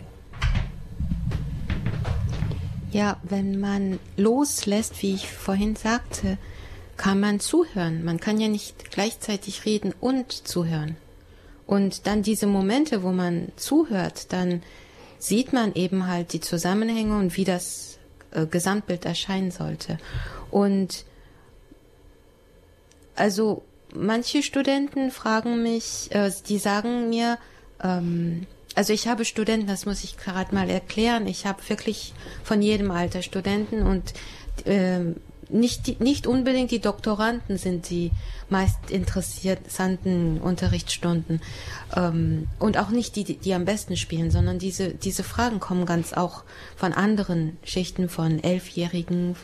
Ja, wenn man loslässt, wie ich vorhin sagte, kann man zuhören. Man kann ja nicht gleichzeitig reden und zuhören. Und dann diese Momente, wo man zuhört, dann sieht man eben halt die Zusammenhänge und wie das Gesamtbild erscheinen sollte. Und also manche Studenten fragen mich, die sagen mir, also ich habe Studenten, das muss ich gerade mal erklären, ich habe wirklich von jedem Alter Studenten und nicht unbedingt die Doktoranden sind die meist interessanten Unterrichtsstunden und auch nicht die am besten spielen, sondern diese Fragen kommen ganz auch von anderen Schichten, von 11-Jährigen,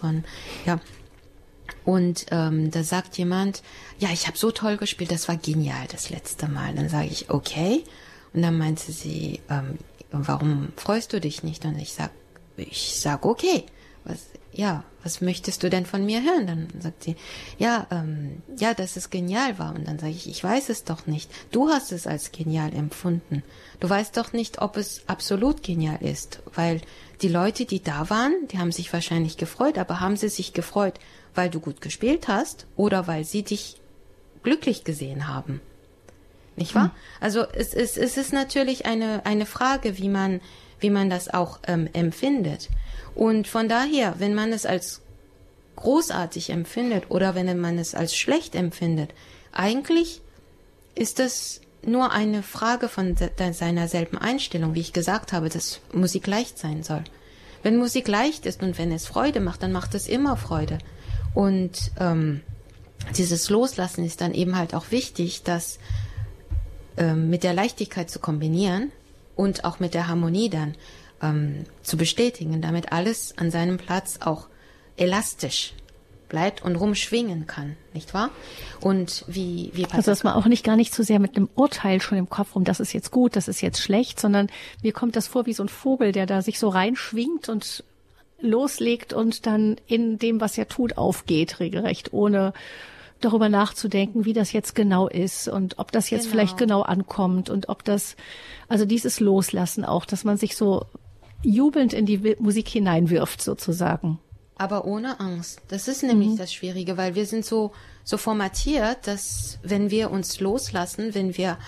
und da sagt jemand, ja, ich habe so toll gespielt, das war genial das letzte Mal. Dann sage ich, okay, und dann meinte sie, warum freust du dich nicht? Und ich sag okay, was möchtest du denn von mir hören? Dann sagt sie, dass es genial war. Und dann sage ich weiß es doch nicht. Du hast es als genial empfunden. Du weißt doch nicht, ob es absolut genial ist, weil die Leute, die da waren, die haben sich wahrscheinlich gefreut, aber haben sie sich gefreut, weil du gut gespielt hast oder weil sie dich glücklich gesehen haben? Nicht wahr? Also es ist natürlich eine Frage, wie man das auch empfindet. Und von daher, wenn man es als großartig empfindet oder wenn man es als schlecht empfindet, eigentlich ist es nur eine Frage von seiner selben Einstellung, wie ich gesagt habe, dass Musik leicht sein soll. Wenn Musik leicht ist und wenn es Freude macht, dann macht es immer Freude. Und dieses Loslassen ist dann eben halt auch wichtig, das mit der Leichtigkeit zu kombinieren und auch mit der Harmonie dann zu bestätigen, damit alles an seinem Platz auch elastisch bleibt und rumschwingen kann, nicht wahr? Und wie also dass man auch gar nicht zu sehr mit einem Urteil schon im Kopf rum, das ist jetzt gut, das ist jetzt schlecht, sondern mir kommt das vor wie so ein Vogel, der da sich so reinschwingt und loslegt und dann in dem, was er tut, aufgeht, regelrecht, ohne darüber nachzudenken, wie das jetzt genau ist und ob das jetzt vielleicht genau ankommt und ob das, also dieses Loslassen auch, dass man sich so jubelnd in die Musik hineinwirft sozusagen. Aber ohne Angst. Das ist nämlich das Schwierige, weil wir sind so formatiert, dass wenn wir uns loslassen, wenn wir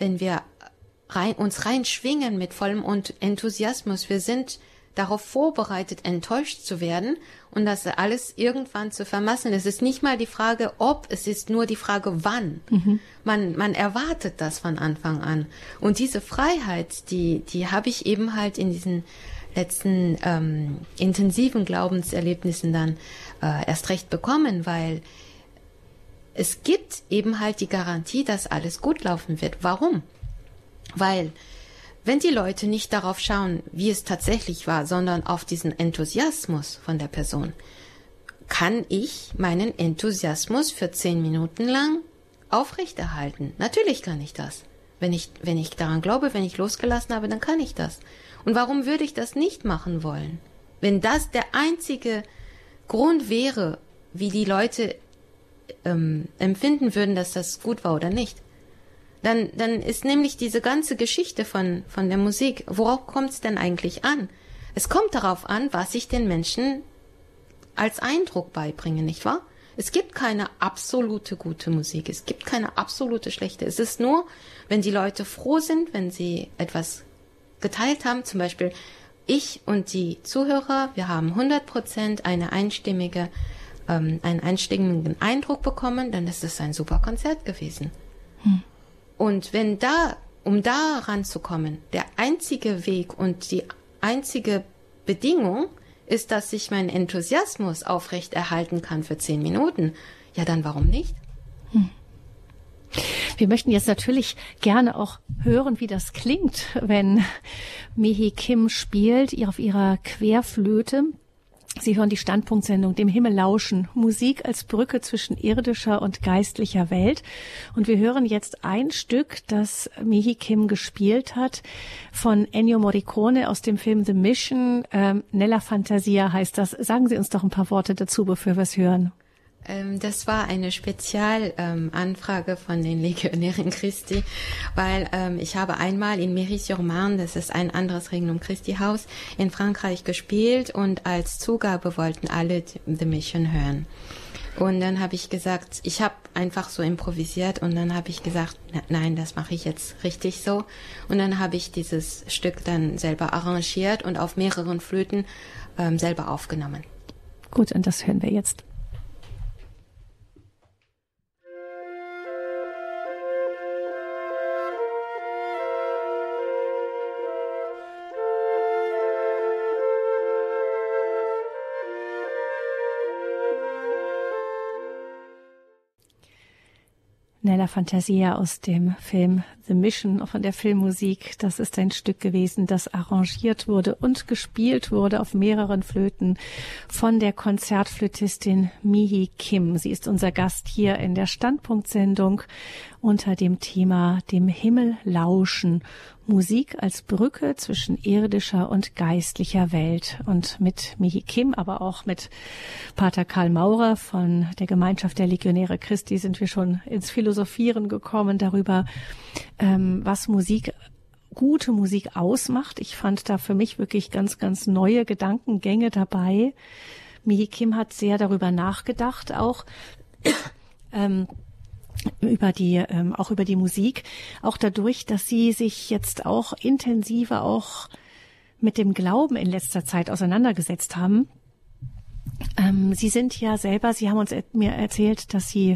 uns reinschwingen mit vollem Enthusiasmus, wir sind darauf vorbereitet, enttäuscht zu werden und das alles irgendwann zu vermasseln. Es ist nicht mal die Frage, ob, es ist nur die Frage, wann. Man erwartet das von Anfang an. Und diese Freiheit, die habe ich eben halt in diesen letzten intensiven Glaubenserlebnissen dann erst recht bekommen, weil es gibt eben halt die Garantie, dass alles gut laufen wird. Warum? Weil wenn die Leute nicht darauf schauen, wie es tatsächlich war, sondern auf diesen Enthusiasmus von der Person, kann ich meinen Enthusiasmus für 10 Minuten lang aufrechterhalten. Natürlich kann ich das. Wenn ich daran glaube, wenn ich losgelassen habe, dann kann ich das. Und warum würde ich das nicht machen wollen? Wenn das der einzige Grund wäre, wie die Leute empfinden würden, dass das gut war oder nicht, dann ist nämlich diese ganze Geschichte von der Musik, worauf kommt es denn eigentlich an? Es kommt darauf an, was ich den Menschen als Eindruck beibringe, nicht wahr? Es gibt keine absolute gute Musik, es gibt keine absolute schlechte. Es ist nur, wenn die Leute froh sind, wenn sie etwas geteilt haben, zum Beispiel ich und die Zuhörer, wir haben 100% einen einstimmigen Eindruck bekommen, dann ist es ein super Konzert gewesen. Und um da ranzukommen, der einzige Weg und die einzige Bedingung ist, dass ich meinen Enthusiasmus aufrechterhalten kann für 10 Minuten. Ja, dann warum nicht? Wir möchten jetzt natürlich gerne auch hören, wie das klingt, wenn Mehi Kim spielt, auf ihrer Querflöte. Sie hören die Standpunktsendung Dem Himmel lauschen, Musik als Brücke zwischen irdischer und geistlicher Welt. Und wir hören jetzt ein Stück, das Mehi Kim gespielt hat, von Ennio Morricone aus dem Film The Mission. Nella Fantasia heißt das. Sagen Sie uns doch ein paar Worte dazu, bevor wir es hören. Das war eine Spezialanfrage von den Legionären Christi, weil ich habe einmal in Méry-sur-Marne, das ist ein anderes Regnum Christi Haus, in Frankreich gespielt und als Zugabe wollten alle The Mission hören. Und dann habe ich gesagt, ich habe einfach so improvisiert und dann habe ich gesagt, nein, das mache ich jetzt richtig so. Und dann habe ich dieses Stück dann selber arrangiert und auf mehreren Flöten selber aufgenommen. Gut, und das hören wir jetzt. Nella Fantasia aus dem Film The Mission, von der Filmmusik. Das ist ein Stück gewesen, das arrangiert wurde und gespielt wurde auf mehreren Flöten von der Konzertflötistin Mehi Kim. Sie ist unser Gast hier in der Standpunktsendung unter dem Thema dem Himmel lauschen. Musik als Brücke zwischen irdischer und geistlicher Welt. Und mit Michi Kim, aber auch mit Pater Karl Maurer von der Gemeinschaft der Legionäre Christi sind wir schon ins Philosophieren gekommen darüber, was gute Musik ausmacht. Ich fand da für mich wirklich ganz, ganz neue Gedankengänge dabei. Michi Kim hat sehr darüber nachgedacht, auch über die Musik, auch dadurch, dass sie sich jetzt auch intensiver auch mit dem Glauben in letzter Zeit auseinandergesetzt haben. Sie sind ja selber, Sie haben mir erzählt, dass Sie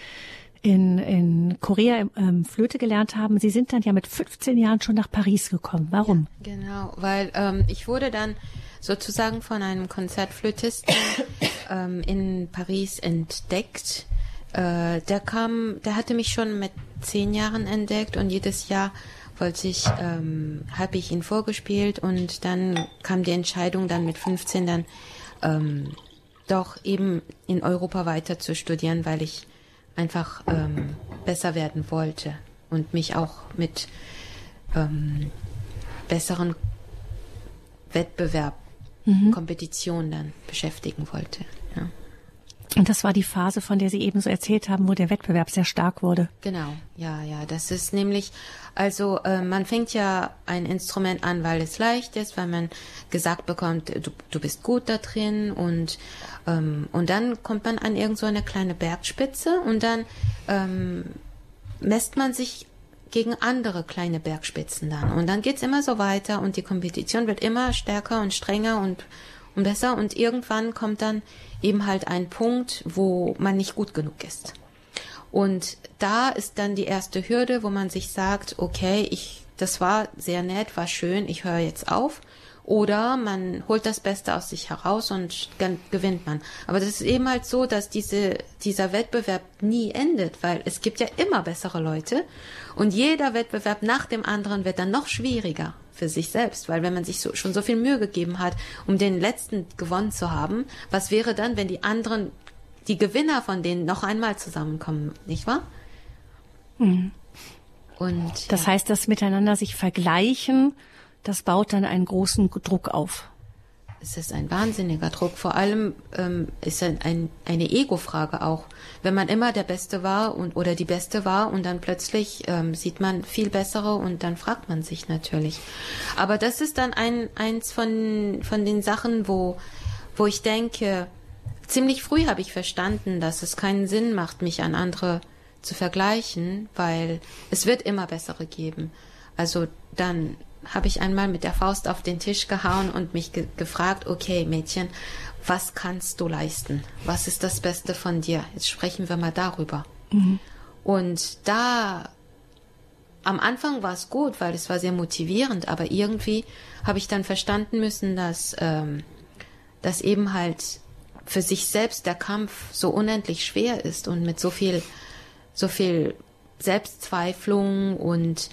in Korea Flöte gelernt haben. Sie sind dann ja mit 15 Jahren schon nach Paris gekommen. Warum? Ja, genau, weil ich wurde dann sozusagen von einem Konzertflötisten in Paris entdeckt. Der hatte mich schon mit 10 Jahren entdeckt und jedes Jahr habe ich ihn vorgespielt und dann kam die Entscheidung dann mit 15 dann doch eben in Europa weiter zu studieren, weil ich einfach besser werden wollte und mich auch mit besseren Wettbewerb, Kompetition dann beschäftigen wollte. Ja. Und das war die Phase, von der Sie eben so erzählt haben, wo der Wettbewerb sehr stark wurde. Genau, ja, das ist nämlich, also man fängt ja ein Instrument an, weil es leicht ist, weil man gesagt bekommt, du bist gut da drin und dann kommt man an irgend so eine kleine Bergspitze und dann messt man sich gegen andere kleine Bergspitzen dann und dann geht's immer so weiter und die Kompetition wird immer stärker und strenger und besser und irgendwann kommt dann eben halt ein Punkt, wo man nicht gut genug ist. Und da ist dann die erste Hürde, wo man sich sagt, okay, das war sehr nett, war schön, ich höre jetzt auf. Oder man holt das Beste aus sich heraus und dann gewinnt man. Aber das ist eben halt so, dass dieser Wettbewerb nie endet, weil es gibt ja immer bessere Leute und jeder Wettbewerb nach dem anderen wird dann noch schwieriger für sich selbst, weil wenn man sich schon so viel Mühe gegeben hat, um den letzten gewonnen zu haben, was wäre dann, wenn die anderen, die Gewinner von denen noch einmal zusammenkommen, nicht wahr? Mhm. Und das heißt, das Miteinander sich vergleichen, das baut dann einen großen Druck auf. Es ist ein wahnsinniger Druck. Vor allem ist eine Ego-Frage auch. Wenn man immer der Beste war oder die Beste war und dann plötzlich sieht man viel Bessere und dann fragt man sich natürlich. Aber das ist dann eins von den Sachen, wo ich denke, ziemlich früh habe ich verstanden, dass es keinen Sinn macht, mich an andere zu vergleichen, weil es wird immer Bessere geben. Also dann habe ich einmal mit der Faust auf den Tisch gehauen und mich gefragt, okay, Mädchen, was kannst du leisten? Was ist das Beste von dir? Jetzt sprechen wir mal darüber. Mhm. Und da, am Anfang war es gut, weil es war sehr motivierend, aber irgendwie habe ich dann verstanden müssen, dass eben halt für sich selbst der Kampf so unendlich schwer ist und mit so viel Selbstzweiflung und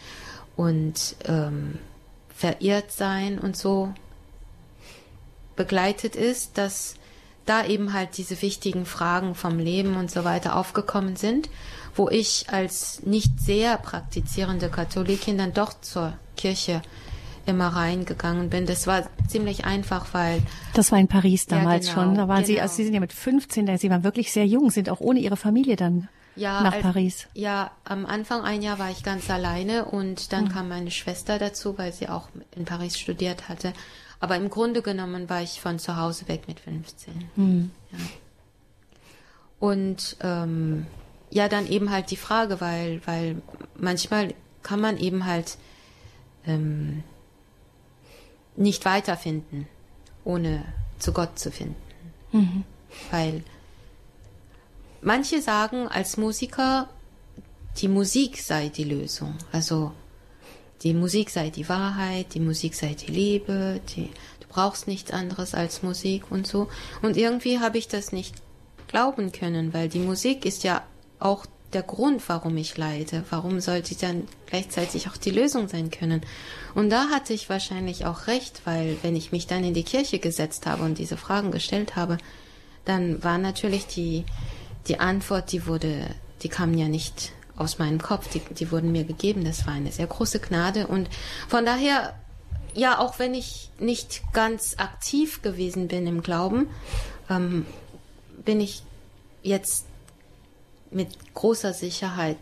verirrt sein und so begleitet ist, dass da eben halt diese wichtigen Fragen vom Leben und so weiter aufgekommen sind, wo ich als nicht sehr praktizierende Katholikin dann doch zur Kirche immer reingegangen bin. Das war ziemlich einfach, weil... Das war in Paris damals ja, genau, schon. Da waren genau. Sie sind ja mit 15, Sie waren wirklich sehr jung, sind auch ohne Ihre Familie dann nach Paris. Ja, am Anfang ein Jahr war ich ganz alleine und dann kam meine Schwester dazu, weil sie auch in Paris studiert hatte. Aber im Grunde genommen war ich von zu Hause weg mit 15. Ja. Und dann eben halt die Frage, weil manchmal kann man eben halt nicht weiterfinden, ohne zu Gott zu finden. Mhm. Weil manche sagen als Musiker, die Musik sei die Lösung. Also die Musik sei die Wahrheit, die Musik sei die Liebe, du brauchst nichts anderes als Musik und so. Und irgendwie habe ich das nicht glauben können, weil die Musik ist ja auch der Grund, warum ich leide. Warum sollte sie dann gleichzeitig auch die Lösung sein können? Und da hatte ich wahrscheinlich auch recht, weil wenn ich mich dann in die Kirche gesetzt habe und diese Fragen gestellt habe, dann war natürlich die Antwort, die kam ja nicht aus meinem Kopf, die wurden mir gegeben. Das war eine sehr große Gnade. Und von daher, ja, auch wenn ich nicht ganz aktiv gewesen bin im Glauben, bin ich jetzt mit großer Sicherheit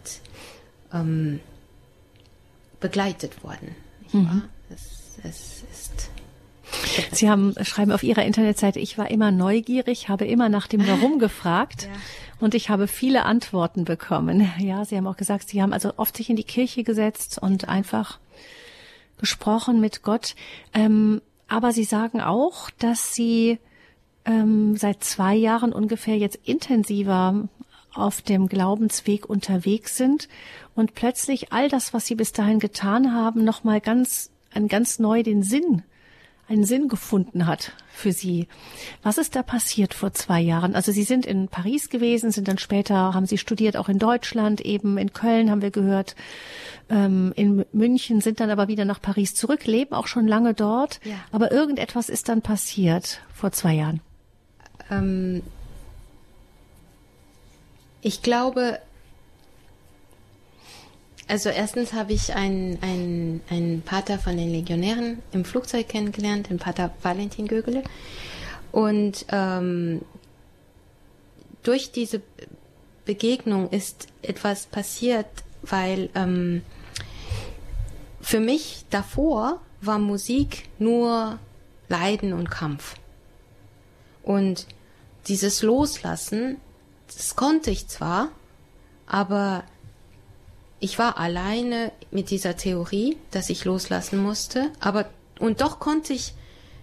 begleitet worden. Nicht wahr? Es ist. Sie schreiben auf Ihrer Internetseite, ich war immer neugierig, habe immer nach dem Warum gefragt. Ja. Und ich habe viele Antworten bekommen. Ja, Sie haben auch gesagt, Sie haben also oft sich in die Kirche gesetzt und einfach gesprochen mit Gott. Aber Sie sagen auch, dass Sie seit 2 Jahren ungefähr jetzt intensiver auf dem Glaubensweg unterwegs sind und plötzlich all das, was Sie bis dahin getan haben, nochmal ganz neu einen Sinn gefunden hat für Sie. Was ist da passiert vor 2 Jahren? Also Sie sind in Paris gewesen, sind dann später, haben Sie studiert, auch in Deutschland, eben in Köln haben wir gehört, in München, sind dann aber wieder nach Paris zurück, leben auch schon lange dort. Ja. Aber irgendetwas ist dann passiert vor 2 Jahren. Ich glaube, also erstens habe ich einen Pater von den Legionären im Flugzeug kennengelernt, den Pater Valentin Gögele. Und durch diese Begegnung ist etwas passiert, weil für mich davor war Musik nur Leiden und Kampf. Und dieses Loslassen, das konnte ich zwar, aber ich war alleine mit dieser Theorie, dass ich loslassen musste, und doch konnte ich,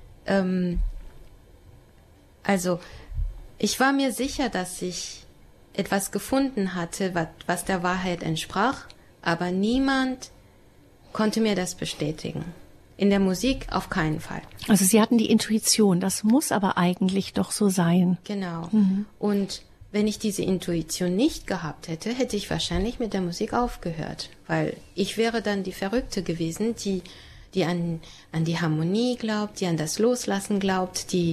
ich war mir sicher, dass ich etwas gefunden hatte, was der Wahrheit entsprach, aber niemand konnte mir das bestätigen. In der Musik auf keinen Fall. Also Sie hatten die Intuition, das muss aber eigentlich doch so sein. Genau. Und wenn ich diese Intuition nicht gehabt hätte, hätte ich wahrscheinlich mit der Musik aufgehört, weil ich wäre dann die Verrückte gewesen, die an die Harmonie glaubt, die an das Loslassen glaubt, die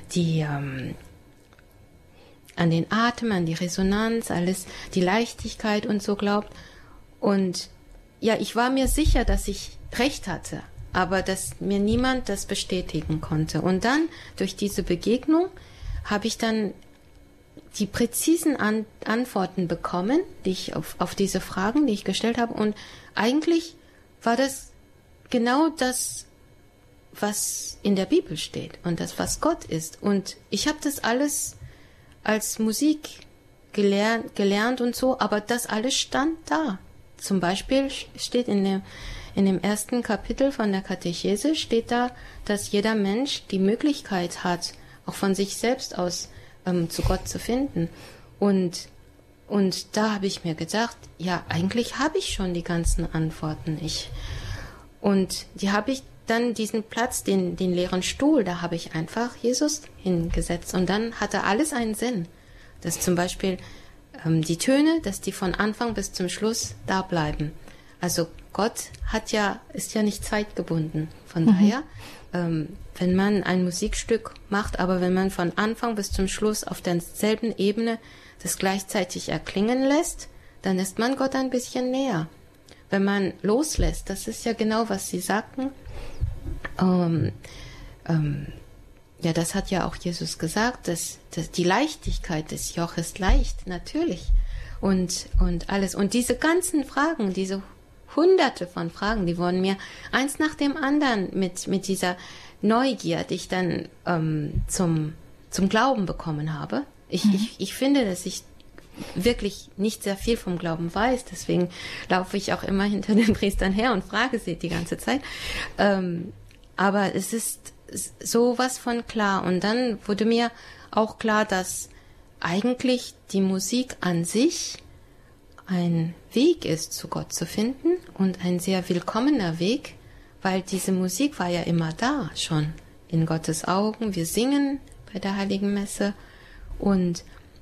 an den Atem, an die Resonanz, alles, die Leichtigkeit und so glaubt. Und ja, ich war mir sicher, dass ich recht hatte, aber dass mir niemand das bestätigen konnte. Und dann, durch diese Begegnung, habe ich dann die präzisen Antworten bekommen, die ich auf diese Fragen, die ich gestellt habe. Und eigentlich war das genau das, was in der Bibel steht und das, was Gott ist. Und ich habe das alles als Musik gelernt und so, aber das alles stand da. Zum Beispiel steht in dem ersten Kapitel von der Katechese steht da, dass jeder Mensch die Möglichkeit hat, auch von sich selbst aus zu Gott zu finden. Und da habe ich mir gedacht, ja, eigentlich habe ich schon die ganzen Antworten. Und die habe ich dann diesen Platz, den leeren Stuhl, da habe ich einfach Jesus hingesetzt. Und dann hatte alles einen Sinn. Dass zum Beispiel die Töne, dass die von Anfang bis zum Schluss da bleiben. Also Gott ist ja nicht zeitgebunden. Von daher, wenn man ein Musikstück macht, aber wenn man von Anfang bis zum Schluss auf derselben Ebene das gleichzeitig erklingen lässt, dann ist man Gott ein bisschen näher. Wenn man loslässt, das ist ja genau, was Sie sagten, ja, das hat ja auch Jesus gesagt, dass die Leichtigkeit des Joches ist leicht, natürlich. Und alles. Und diese ganzen Fragen, diese Hunderte von Fragen, die wurden mir eins nach dem anderen mit dieser Neugier, die ich dann zum Glauben bekommen habe. Ich finde, dass ich wirklich nicht sehr viel vom Glauben weiß, deswegen laufe ich auch immer hinter den Priestern her und frage sie die ganze Zeit. Aber es ist sowas von klar. Und dann wurde mir auch klar, dass eigentlich die Musik an sich ein Weg ist, zu Gott zu finden und ein sehr willkommener Weg, weil diese Musik war ja immer da, schon in Gottes Augen. Wir singen bei der Heiligen Messe und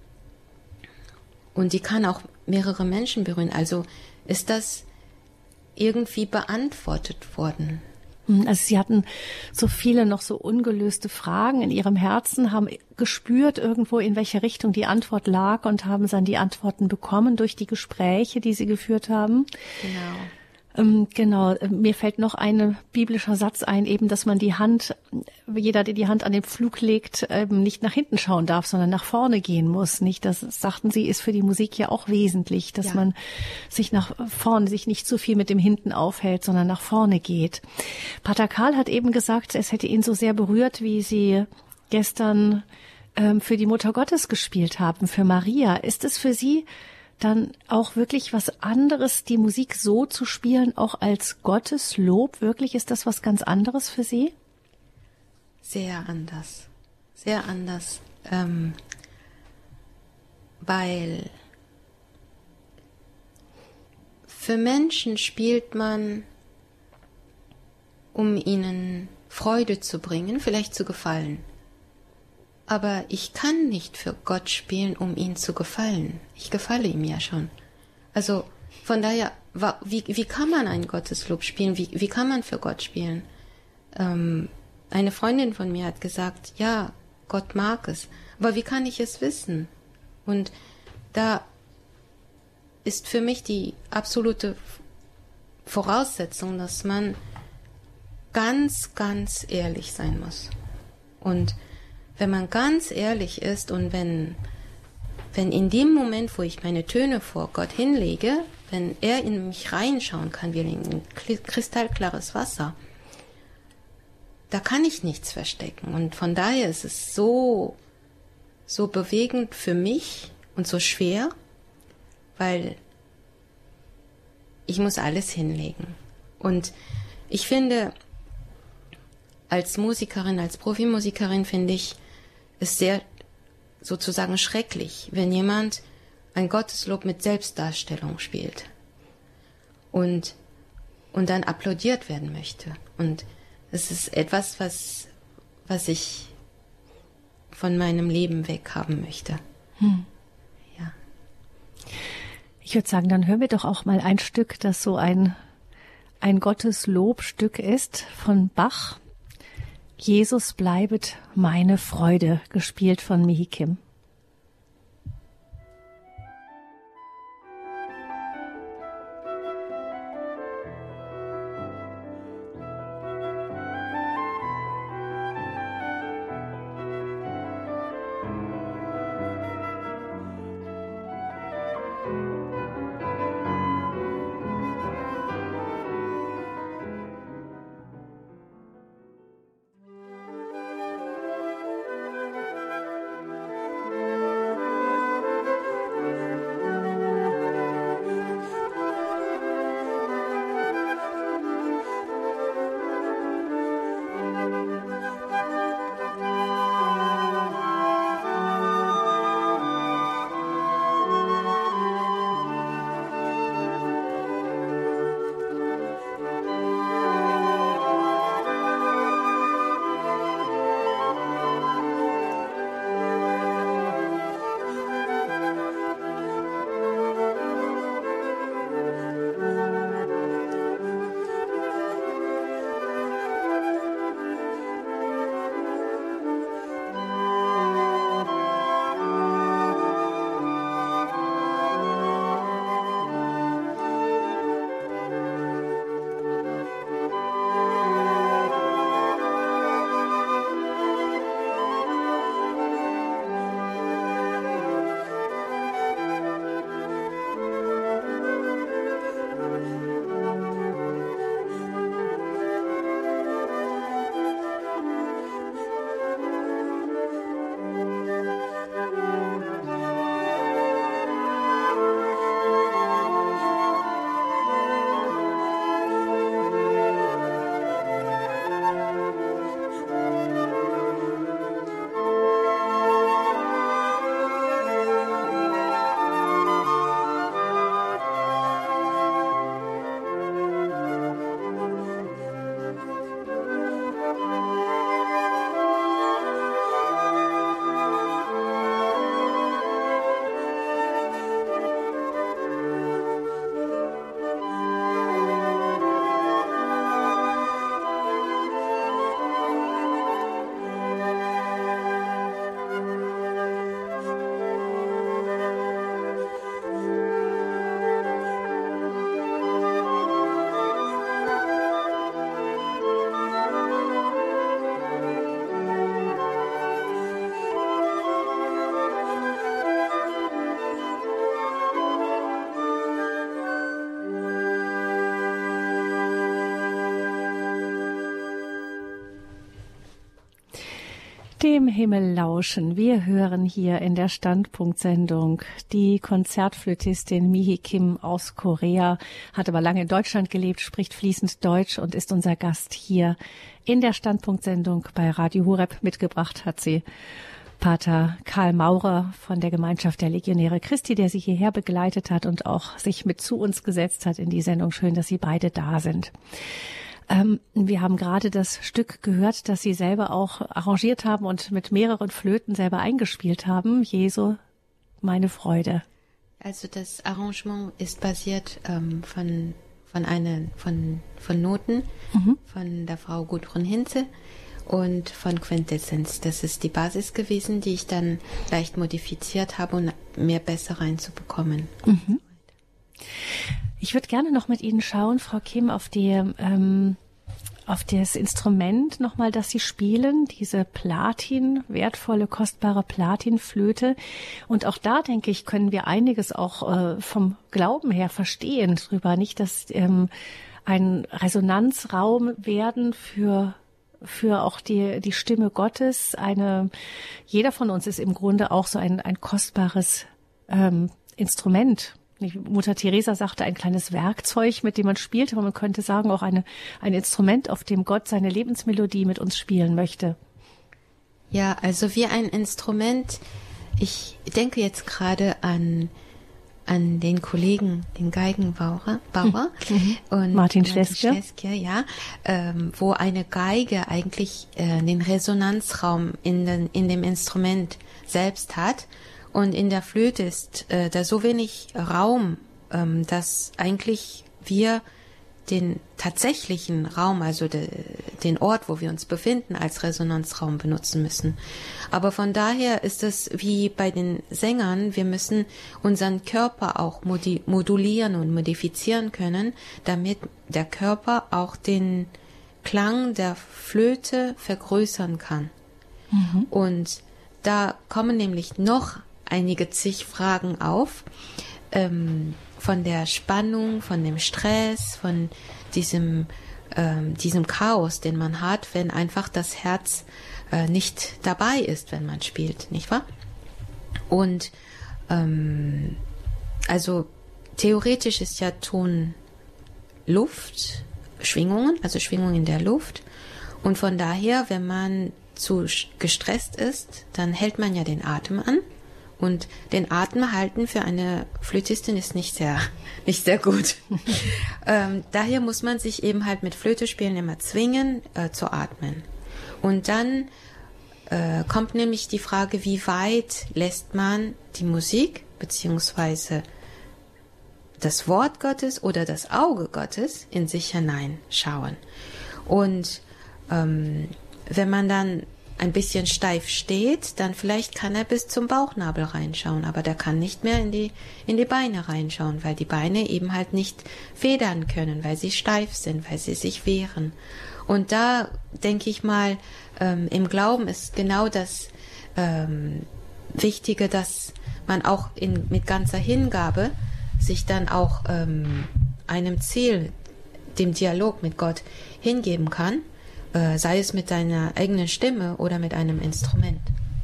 die kann auch mehrere Menschen berühren. Also ist das irgendwie beantwortet worden Also Sie hatten so viele noch so ungelöste Fragen in Ihrem Herzen, haben gespürt irgendwo, in welche Richtung die Antwort lag und haben dann die Antworten bekommen durch die Gespräche, die Sie geführt haben. Genau. Genau, mir fällt noch ein biblischer Satz ein, eben, dass man die Hand, jeder, der die Hand an den Pflug legt, nicht nach hinten schauen darf, sondern nach vorne gehen muss. Nicht, das sagten Sie, ist für die Musik ja auch wesentlich, dass man sich nach vorne, sich nicht zu viel mit dem Hinten aufhält, sondern nach vorne geht. Pater Karl hat eben gesagt, es hätte ihn so sehr berührt, wie Sie gestern für die Mutter Gottes gespielt haben, für Maria. Ist es für Sie dann auch wirklich was anderes, die Musik so zu spielen, auch als Gotteslob? Wirklich, ist das was ganz anderes für Sie? Sehr anders. Sehr anders. Weil für Menschen spielt man, um ihnen Freude zu bringen, vielleicht zu gefallen. Aber ich kann nicht für Gott spielen, um ihm zu gefallen. Ich gefalle ihm ja schon. Also von daher, wie kann man ein Gotteslob spielen? Wie kann man für Gott spielen? Eine Freundin von mir hat gesagt, ja, Gott mag es. Aber wie kann ich es wissen? Und da ist für mich die absolute Voraussetzung, dass man ganz, ganz ehrlich sein muss. Und wenn man ganz ehrlich ist und wenn in dem Moment, wo ich meine Töne vor Gott hinlege, wenn er in mich reinschauen kann, wie in kristallklares Wasser, da kann ich nichts verstecken. Und von daher ist es so bewegend für mich und so schwer, weil ich muss alles hinlegen. Und ich finde, als Musikerin, als Profimusikerin finde ich es sehr sozusagen schrecklich, wenn jemand ein Gotteslob mit Selbstdarstellung spielt und dann applaudiert werden möchte. Und es ist etwas, was ich von meinem Leben weghaben möchte. Ja. Ich würde sagen, dann hören wir doch auch mal ein Stück, das so ein Gotteslobstück ist von Bach. Jesus bleibet meine Freude, gespielt von Mihi Kim. Dem Himmel lauschen. Wir hören hier in der Standpunktsendung die Konzertflötistin Mihi Kim aus Korea, hat aber lange in Deutschland gelebt, spricht fließend Deutsch und ist unser Gast hier in der Standpunktsendung bei Radio Horeb. Mitgebracht hat sie Pater Karl Maurer von der Gemeinschaft der Legionäre Christi, der sie hierher begleitet hat und auch sich mit zu uns gesetzt hat in die Sendung. Schön, dass Sie beide da sind. Wir haben gerade das Stück gehört, das Sie selber auch arrangiert haben und mit mehreren Flöten selber eingespielt haben. Jesu, meine Freude. Also das Arrangement ist basiert von Noten von der Frau Gudrun Hinze und von Quintessenz. Das ist die Basis gewesen, die ich dann leicht modifiziert habe, um mehr besser reinzubekommen. Mhm. Ich würde gerne noch mit Ihnen schauen, Frau Kim, auf das Instrument nochmal, das Sie spielen, diese wertvolle, kostbare Platinflöte. Und auch da, denke ich, können wir einiges auch vom Glauben her verstehen drüber. Nicht, dass ein Resonanzraum werden für auch die Stimme Gottes. Jeder von uns ist im Grunde auch so ein kostbares Instrument. Mutter Teresa sagte, ein kleines Werkzeug, mit dem man spielt, aber man könnte sagen, auch ein Instrument, auf dem Gott seine Lebensmelodie mit uns spielen möchte. Ja, also wie ein Instrument. Ich denke jetzt gerade an den Kollegen, den Geigenbauer und Martin Schleske, ja, wo eine Geige eigentlich den Resonanzraum in dem Instrument selbst hat. Und in der Flöte ist da so wenig Raum, dass eigentlich wir den tatsächlichen Raum, also den Ort, wo wir uns befinden, als Resonanzraum benutzen müssen. Aber von daher ist es wie bei den Sängern, wir müssen unseren Körper auch modulieren und modifizieren können, damit der Körper auch den Klang der Flöte vergrößern kann. Mhm. Und da kommen nämlich noch einige zig Fragen auf, von der Spannung, von dem Stress, von diesem Chaos, den man hat, wenn einfach das Herz nicht dabei ist, wenn man spielt, nicht wahr? Und also theoretisch ist ja Ton Luft, Schwingungen, also Schwingungen in der Luft. Und von daher, wenn man zu gestresst ist, dann hält man ja den Atem an. Und den Atem halten für eine Flötistin ist nicht sehr gut. Daher muss man sich eben halt mit Flöte spielen immer zwingen, zu atmen. Und dann kommt nämlich die Frage, wie weit lässt man die Musik beziehungsweise das Wort Gottes oder das Auge Gottes in sich hineinschauen. Und wenn man dann ein bisschen steif steht, dann vielleicht kann er bis zum Bauchnabel reinschauen, aber der kann nicht mehr in die Beine reinschauen, weil die Beine eben halt nicht federn können, weil sie steif sind, weil sie sich wehren. Und da denke ich mal, im Glauben ist genau das Wichtige, dass man auch mit ganzer Hingabe sich dann auch einem Ziel, dem Dialog mit Gott hingeben kann, sei es mit deiner eigenen Stimme oder mit einem Instrument.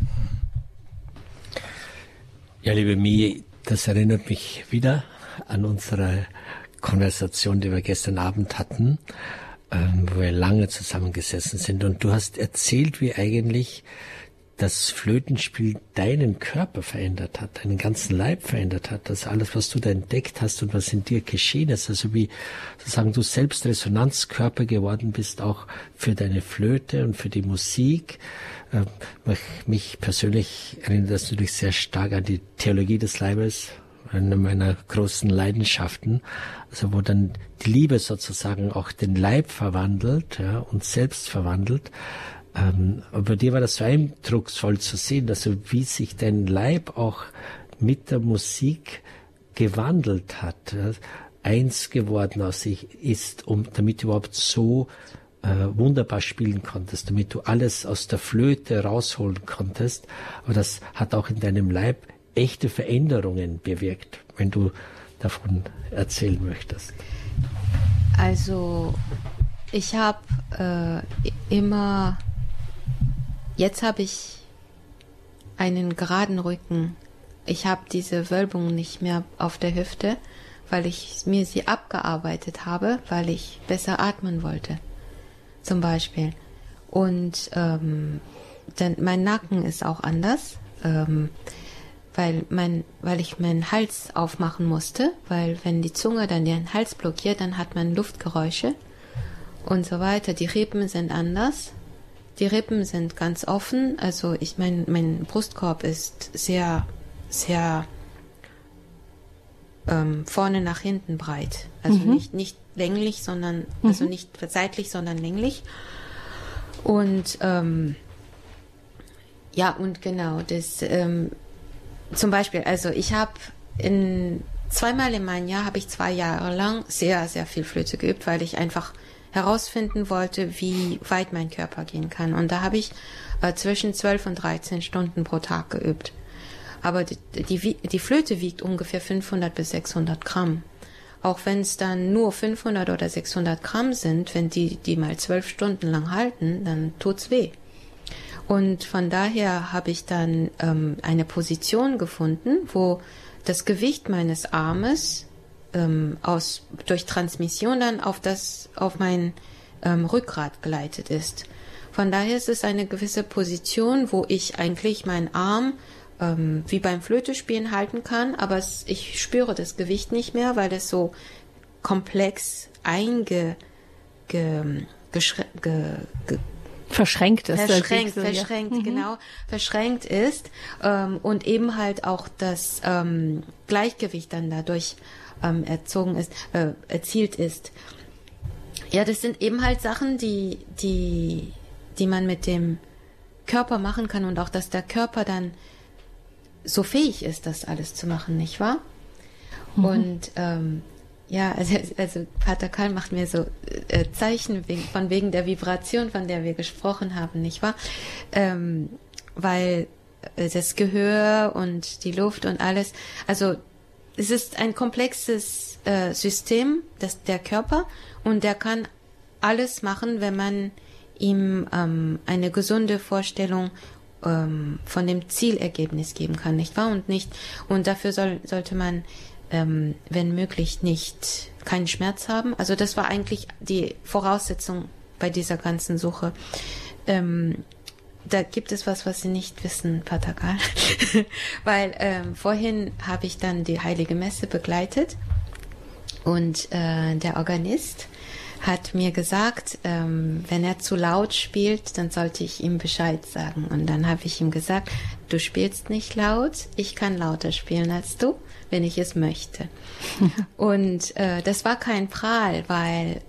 Ja, liebe Mie, das erinnert mich wieder an unsere Konversation, die wir gestern Abend hatten, wo wir lange zusammengesessen sind. Und du hast erzählt, wie eigentlich das Flötenspiel deinen Körper verändert hat, deinen ganzen Leib verändert hat, dass alles, was du da entdeckt hast und was in dir geschehen ist, also wie sozusagen du selbst Resonanzkörper geworden bist, auch für deine Flöte und für die Musik. Mich persönlich erinnert das natürlich sehr stark an die Theologie des Leibes, eine meiner großen Leidenschaften, also wo dann die Liebe sozusagen auch den Leib verwandelt, ja, und selbst verwandelt. Aber bei dir war das so eindrucksvoll zu sehen, also wie sich dein Leib auch mit der Musik gewandelt hat, eins geworden aus sich ist, damit du überhaupt so wunderbar spielen konntest, damit du alles aus der Flöte rausholen konntest. Aber das hat auch in deinem Leib echte Veränderungen bewirkt, wenn du davon erzählen möchtest. Also ich habe immer jetzt habe ich einen geraden Rücken. Ich habe diese Wölbung nicht mehr auf der Hüfte, weil ich mir sie abgearbeitet habe, weil ich besser atmen wollte, zum Beispiel. Und mein Nacken ist auch anders, weil ich meinen Hals aufmachen musste, weil wenn die Zunge dann den Hals blockiert, dann hat man Luftgeräusche und so weiter. Die Rippen sind anders. Die Rippen sind ganz offen. Also mein Brustkorb ist sehr, sehr vorne nach hinten breit. Also nicht länglich, sondern also nicht seitlich, sondern länglich. Und ja, und genau, das zum Beispiel, also ich habe zweimal in meinem Jahr habe ich 2 Jahre lang sehr, sehr viel Flöte geübt, weil ich einfach herausfinden wollte, wie weit mein Körper gehen kann. Und da habe ich zwischen 12 und 13 Stunden pro Tag geübt. Aber die Flöte wiegt ungefähr 500 bis 600 Gramm. Auch wenn es dann nur 500 oder 600 Gramm sind, wenn die mal 12 Stunden lang halten, dann tut's weh. Und von daher habe ich dann eine Position gefunden, wo das Gewicht meines Armes durch Transmission dann auf mein Rückgrat geleitet ist. Von daher ist es eine gewisse Position, wo ich eigentlich meinen Arm wie beim Flötespielen halten kann, aber ich spüre das Gewicht nicht mehr, weil das so komplex verschränkt ist und eben halt auch das Gleichgewicht dann dadurch erzielt ist. Ja, das sind eben halt Sachen, die man mit dem Körper machen kann und auch, dass der Körper dann so fähig ist, das alles zu machen, nicht wahr? Und ja, also Pater Karl macht mir so Zeichen von wegen der Vibration, von der wir gesprochen haben, nicht wahr? Weil das Gehör und die Luft und alles, also es ist ein komplexes System, der Körper, und der kann alles machen, wenn man ihm eine gesunde Vorstellung von dem Zielergebnis geben kann, nicht wahr? Und dafür sollte man, wenn möglich, keinen Schmerz haben. Also das war eigentlich die Voraussetzung bei dieser ganzen Suche. Da gibt es was Sie nicht wissen, Pater Karl. Weil vorhin habe ich dann die Heilige Messe begleitet und der Organist hat mir gesagt, wenn er zu laut spielt, dann sollte ich ihm Bescheid sagen. Und dann habe ich ihm gesagt, du spielst nicht laut, ich kann lauter spielen als du, wenn ich es möchte. Und das war kein Prahl, weil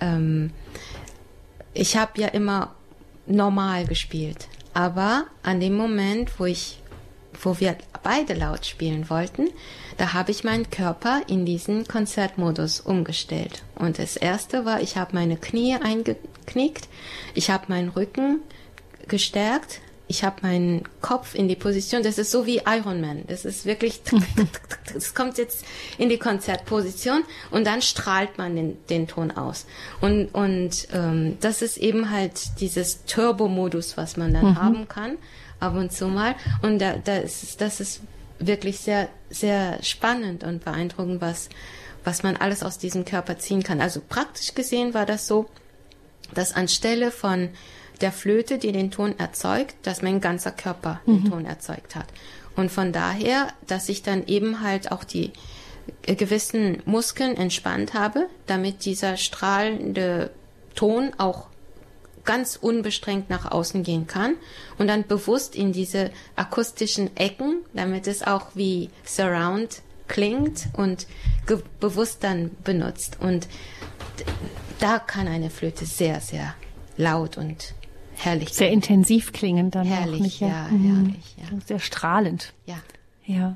ich habe ja immer normal gespielt. Aber an dem Moment, wo wir beide laut spielen wollten, da habe ich meinen Körper in diesen Konzertmodus umgestellt. Und das Erste war, ich habe meine Knie eingeknickt, ich habe meinen Rücken gestärkt, ich habe meinen Kopf in die Position, das ist so wie Iron Man, das ist wirklich, das kommt jetzt in die Konzertposition und dann strahlt man den Ton aus. Und das ist eben halt dieses Turbo-Modus, was man dann haben kann, ab und zu mal. Und das ist wirklich sehr, sehr spannend und beeindruckend, was man alles aus diesem Körper ziehen kann. Also praktisch gesehen war das so, dass anstelle von der Flöte, die den Ton erzeugt, dass mein ganzer Körper den Ton erzeugt hat. Und von daher, dass ich dann eben halt auch die gewissen Muskeln entspannt habe, damit dieser strahlende Ton auch ganz unbestrengt nach außen gehen kann und dann bewusst in diese akustischen Ecken, damit es auch wie Surround klingt und bewusst dann benutzt. Und da kann eine Flöte sehr, sehr laut und herrlich sehr intensiv klingen dann herrlich, auch nicht. Ja, herrlich, ja. Sehr strahlend. Ja. Ja.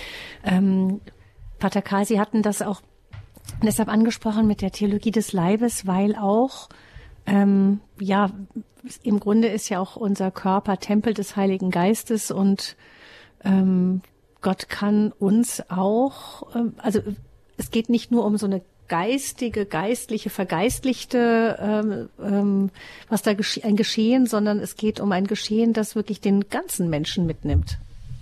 Pater Karl, Sie hatten das auch deshalb angesprochen mit der Theologie des Leibes, weil auch ja, im Grunde ist ja auch unser Körper Tempel des Heiligen Geistes und Gott kann uns auch, also es geht nicht nur um so eine geistige, geistliche, vergeistlichte, was da ein Geschehen, sondern es geht um ein Geschehen, das wirklich den ganzen Menschen mitnimmt.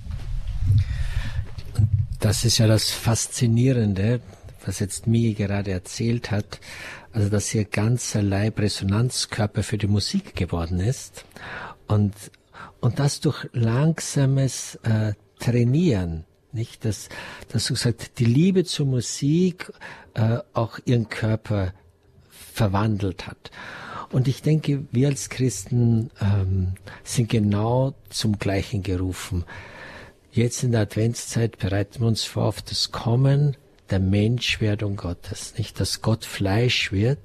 Das ist ja das Faszinierende, was jetzt Migi gerade erzählt hat, also dass ihr ganzer Leib Resonanzkörper für die Musik geworden ist und das durch langsames Trainieren. Nicht, dass du gesagt, die Liebe zur Musik auch ihren Körper verwandelt hat. Und ich denke, wir als Christen sind genau zum Gleichen gerufen. Jetzt in der Adventszeit bereiten wir uns vor auf das Kommen der Menschwerdung Gottes. Nicht, dass Gott Fleisch wird,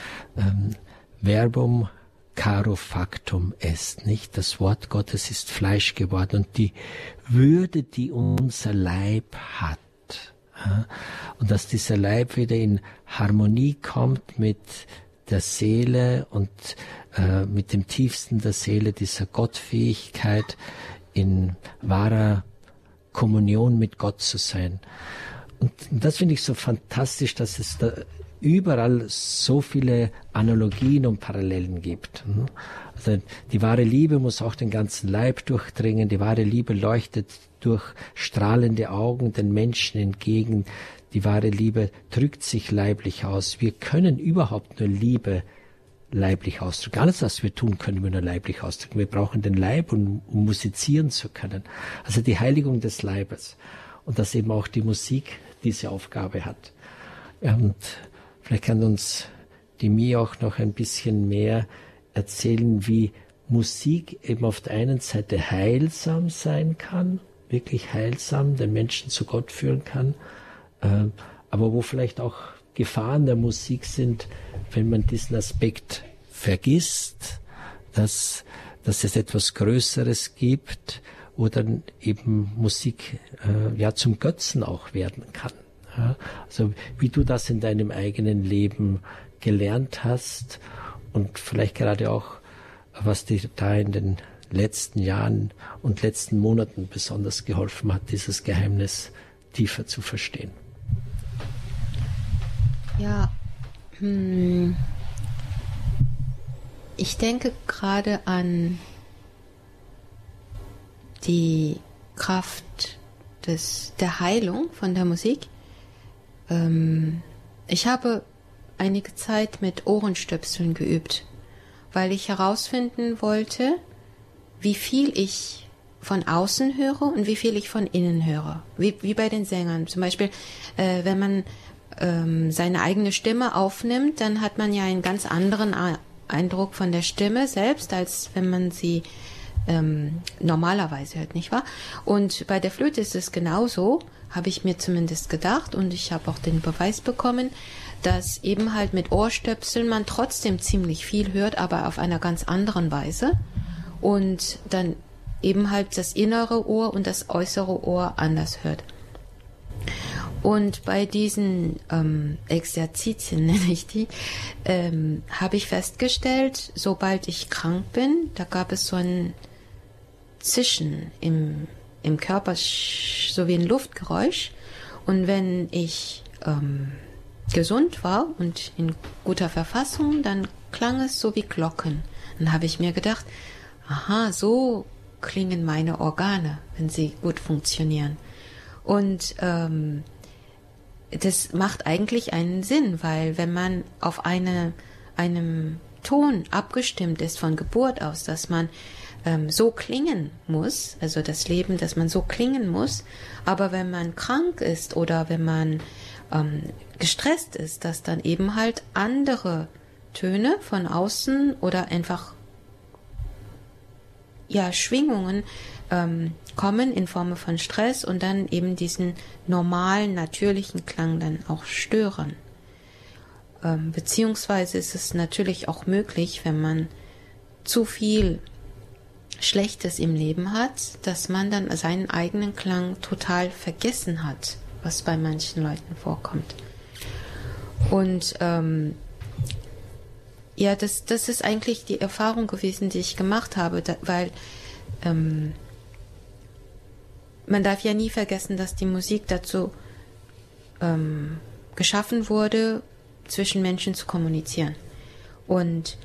Verbum caro factum est, nicht? Das Wort Gottes ist Fleisch geworden und die Würde, die unser Leib hat, und dass dieser Leib wieder in Harmonie kommt mit der Seele und mit dem Tiefsten der Seele, dieser Gottfähigkeit, in wahrer Kommunion mit Gott zu sein. Und das finde ich so fantastisch, dass es da überall so viele Analogien und Parallelen gibt. Also die wahre Liebe muss auch den ganzen Leib durchdringen. Die wahre Liebe leuchtet durch strahlende Augen den Menschen entgegen. Die wahre Liebe drückt sich leiblich aus. Wir können überhaupt nur Liebe leiblich ausdrücken. Alles, was wir tun, können wir nur leiblich ausdrücken. Wir brauchen den Leib, um musizieren zu können. Also die Heiligung des Leibes. Und dass eben auch die Musik diese Aufgabe hat. Und vielleicht kann uns die Mia auch noch ein bisschen mehr erzählen, wie Musik eben auf der einen Seite heilsam sein kann, wirklich heilsam, den Menschen zu Gott führen kann, aber wo vielleicht auch Gefahren der Musik sind, wenn man diesen Aspekt vergisst, dass es etwas Größeres gibt, wo dann eben Musik zum Götzen auch werden kann. Ja, also wie du das in deinem eigenen Leben gelernt hast und vielleicht gerade auch, was dir da in den letzten Jahren und letzten Monaten besonders geholfen hat, dieses Geheimnis tiefer zu verstehen. Ja, ich denke gerade an die Kraft der Heilung von der Musik. Ich habe einige Zeit mit Ohrenstöpseln geübt, weil ich herausfinden wollte, wie viel ich von außen höre und wie viel ich von innen höre. Wie bei den Sängern. Zum Beispiel, wenn man seine eigene Stimme aufnimmt, dann hat man ja einen ganz anderen Eindruck von der Stimme selbst, als wenn man sie normalerweise hört, nicht wahr? Und bei der Flöte ist es genauso, habe ich mir zumindest gedacht, und ich habe auch den Beweis bekommen, dass eben halt mit Ohrstöpseln man trotzdem ziemlich viel hört, aber auf einer ganz anderen Weise, und dann eben halt das innere Ohr und das äußere Ohr anders hört. Und bei diesen Exerzitien, nenne ich die, habe ich festgestellt, sobald ich krank bin, da gab es so ein Zischen im Körper, so wie ein Luftgeräusch. Und wenn ich gesund war und in guter Verfassung, dann klang es so wie Glocken. Dann habe ich mir gedacht, aha, so klingen meine Organe, wenn sie gut funktionieren. Und das macht eigentlich einen Sinn, weil wenn man auf einem Ton abgestimmt ist von Geburt aus, dass man so klingen muss, also das Leben, dass man so klingen muss, aber wenn man krank ist oder wenn man gestresst ist, dass dann eben halt andere Töne von außen oder einfach Schwingungen kommen in Form von Stress und dann eben diesen normalen, natürlichen Klang dann auch stören. Beziehungsweise ist es natürlich auch möglich, wenn man zu viel Schlechtes im Leben hat, dass man dann seinen eigenen Klang total vergessen hat, was bei manchen Leuten vorkommt. Und das ist eigentlich die Erfahrung gewesen, die ich gemacht habe, weil man darf ja nie vergessen, dass die Musik dazu geschaffen wurde, zwischen Menschen zu kommunizieren. Und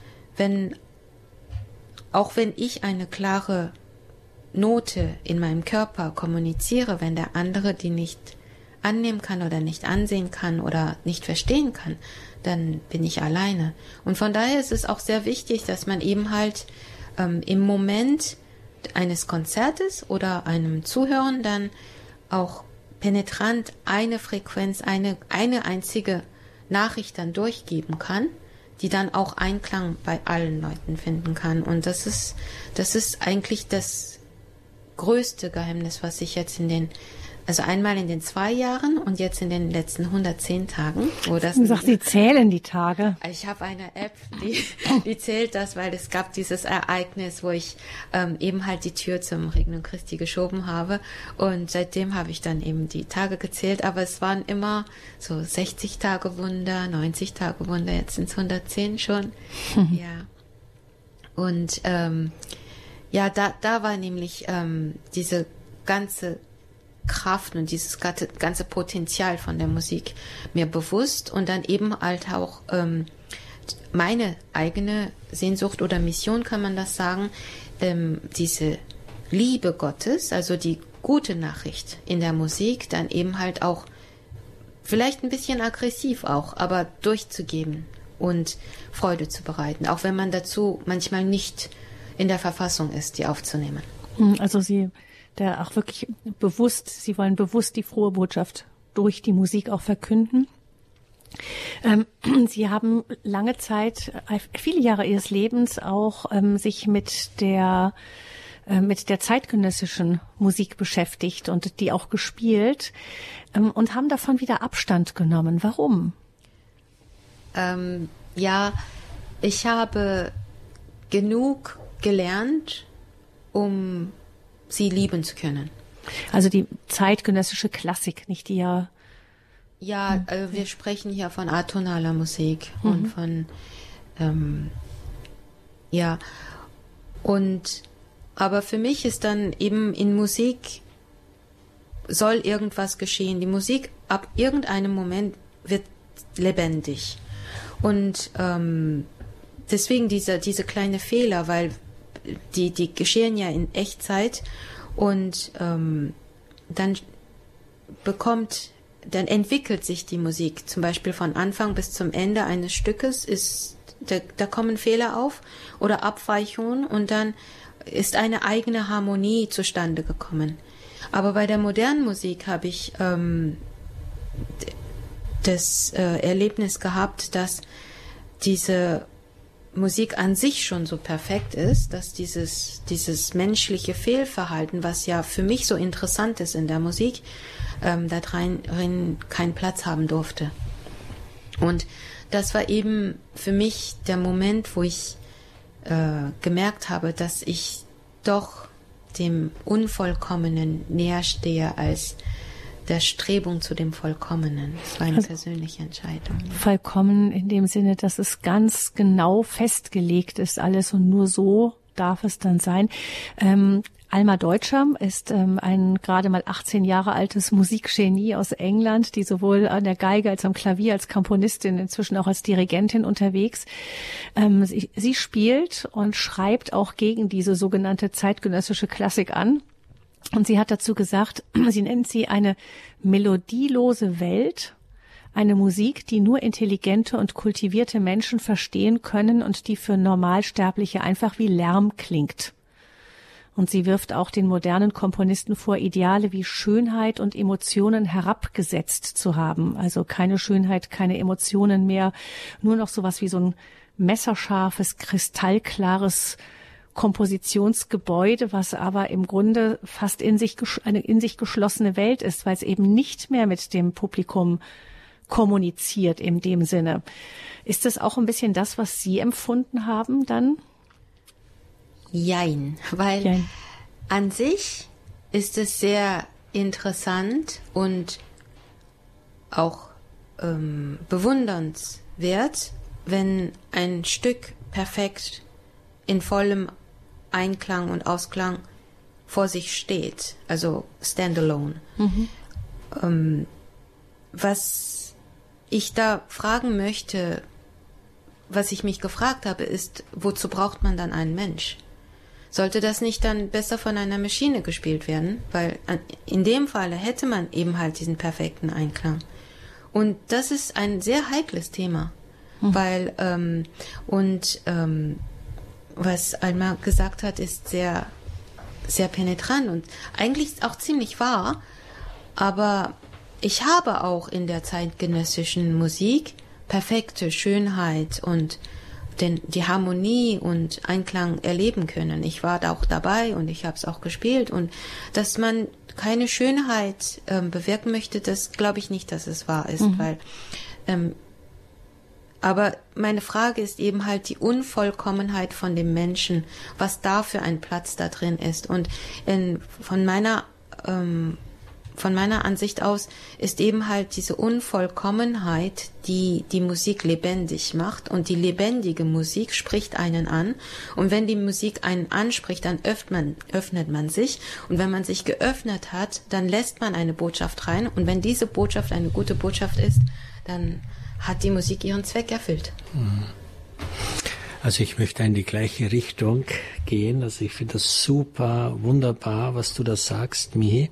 auch wenn ich eine klare Note in meinem Körper kommuniziere, wenn der andere die nicht annehmen kann oder nicht ansehen kann oder nicht verstehen kann, dann bin ich alleine. Und von daher ist es auch sehr wichtig, dass man eben halt im Moment eines Konzertes oder einem Zuhören dann auch penetrant eine Frequenz, eine einzige Nachricht dann durchgeben kann, die dann auch Einklang bei allen Leuten finden kann. Und das ist eigentlich das größte Geheimnis, was ich jetzt also einmal in den 2 Jahren und jetzt in den letzten 110 Tagen. Du sagst, Sie zählen die Tage. Ich habe eine App, die zählt das, weil es gab dieses Ereignis, wo ich eben halt die Tür zum Regnum Christi geschoben habe. Und seitdem habe ich dann eben die Tage gezählt. Aber es waren immer so 60 Tage Wunder, 90 Tage Wunder, jetzt sind es 110 schon. Ja. Und da war nämlich diese ganze Kraft und dieses ganze Potenzial von der Musik mir bewusst und dann eben halt auch meine eigene Sehnsucht oder Mission, kann man das sagen, diese Liebe Gottes, also die gute Nachricht in der Musik, dann eben halt auch vielleicht ein bisschen aggressiv auch, aber durchzugeben und Freude zu bereiten, auch wenn man dazu manchmal nicht in der Verfassung ist, die aufzunehmen. Also Sie auch wirklich bewusst, Sie wollen bewusst die frohe Botschaft durch die Musik auch verkünden. Sie haben lange Zeit, viele Jahre Ihres Lebens auch sich mit der zeitgenössischen Musik beschäftigt und die auch gespielt und haben davon wieder Abstand genommen. Warum? Ich habe genug gelernt, um sie lieben zu können. Also die zeitgenössische Klassik, nicht die ja... Ja, wir sprechen hier von atonaler Musik und von, aber für mich ist dann eben in Musik soll irgendwas geschehen. Die Musik ab irgendeinem Moment wird lebendig. Und deswegen diese kleine Fehler, weil die geschehen ja in Echtzeit und dann entwickelt sich die Musik. Zum Beispiel von Anfang bis zum Ende eines Stückes da kommen Fehler auf oder Abweichungen und dann ist eine eigene Harmonie zustande gekommen. Aber bei der modernen Musik habe ich das Erlebnis gehabt, dass diese Musik an sich schon so perfekt ist, dass dieses menschliche Fehlverhalten, was ja für mich so interessant ist in der Musik, da drin keinen Platz haben durfte. Und das war eben für mich der Moment, wo ich gemerkt habe, dass ich doch dem Unvollkommenen näher stehe als der Strebung zu dem Vollkommenen. Das war eine persönliche Entscheidung. Vollkommen in dem Sinne, dass es ganz genau festgelegt ist alles und nur so darf es dann sein. Alma Deutscher ist ein gerade mal 18 Jahre altes Musikgenie aus England, die sowohl an der Geige als am Klavier als Komponistin, inzwischen auch als Dirigentin unterwegs. Sie spielt und schreibt auch gegen diese sogenannte zeitgenössische Klassik an. Und sie hat dazu gesagt, sie nennt sie eine melodielose Welt, eine Musik, die nur intelligente und kultivierte Menschen verstehen können und die für Normalsterbliche einfach wie Lärm klingt. Und sie wirft auch den modernen Komponisten vor, Ideale wie Schönheit und Emotionen herabgesetzt zu haben. Also keine Schönheit, keine Emotionen mehr, nur noch sowas wie so ein messerscharfes, kristallklares Kompositionsgebäude, was aber im Grunde fast eine in sich geschlossene Welt ist, weil es eben nicht mehr mit dem Publikum kommuniziert in dem Sinne. Ist das auch ein bisschen das, was Sie empfunden haben dann? Jein, weil an sich ist es sehr interessant und auch bewundernswert, wenn ein Stück perfekt in vollem Einklang und Ausklang vor sich steht, also standalone. Was ich da fragen möchte, was ich mich gefragt habe, ist, wozu braucht man dann einen Mensch? Sollte das nicht dann besser von einer Maschine gespielt werden? Weil in dem Falle hätte man eben halt diesen perfekten Einklang. Und das ist ein sehr heikles Thema, weil was Alma gesagt hat, ist sehr, sehr penetrant und eigentlich auch ziemlich wahr. Aber ich habe auch in der zeitgenössischen Musik perfekte Schönheit und die Harmonie und Einklang erleben können. Ich war da auch dabei und ich habe es auch gespielt. Und dass man keine Schönheit bewirken möchte, das glaube ich nicht, dass es wahr ist. Weil, aber meine Frage ist eben halt die Unvollkommenheit von dem Menschen, was da für ein Platz da drin ist. Und von meiner Ansicht aus ist eben halt diese Unvollkommenheit, die die Musik lebendig macht. Und die lebendige Musik spricht einen an. Und wenn die Musik einen anspricht, dann öffnet man sich. Und wenn man sich geöffnet hat, dann lässt man eine Botschaft rein. Und wenn diese Botschaft eine gute Botschaft ist, dann hat die Musik ihren Zweck erfüllt. Also ich möchte in die gleiche Richtung gehen. Also ich finde das super, wunderbar, was du da sagst, Mihi.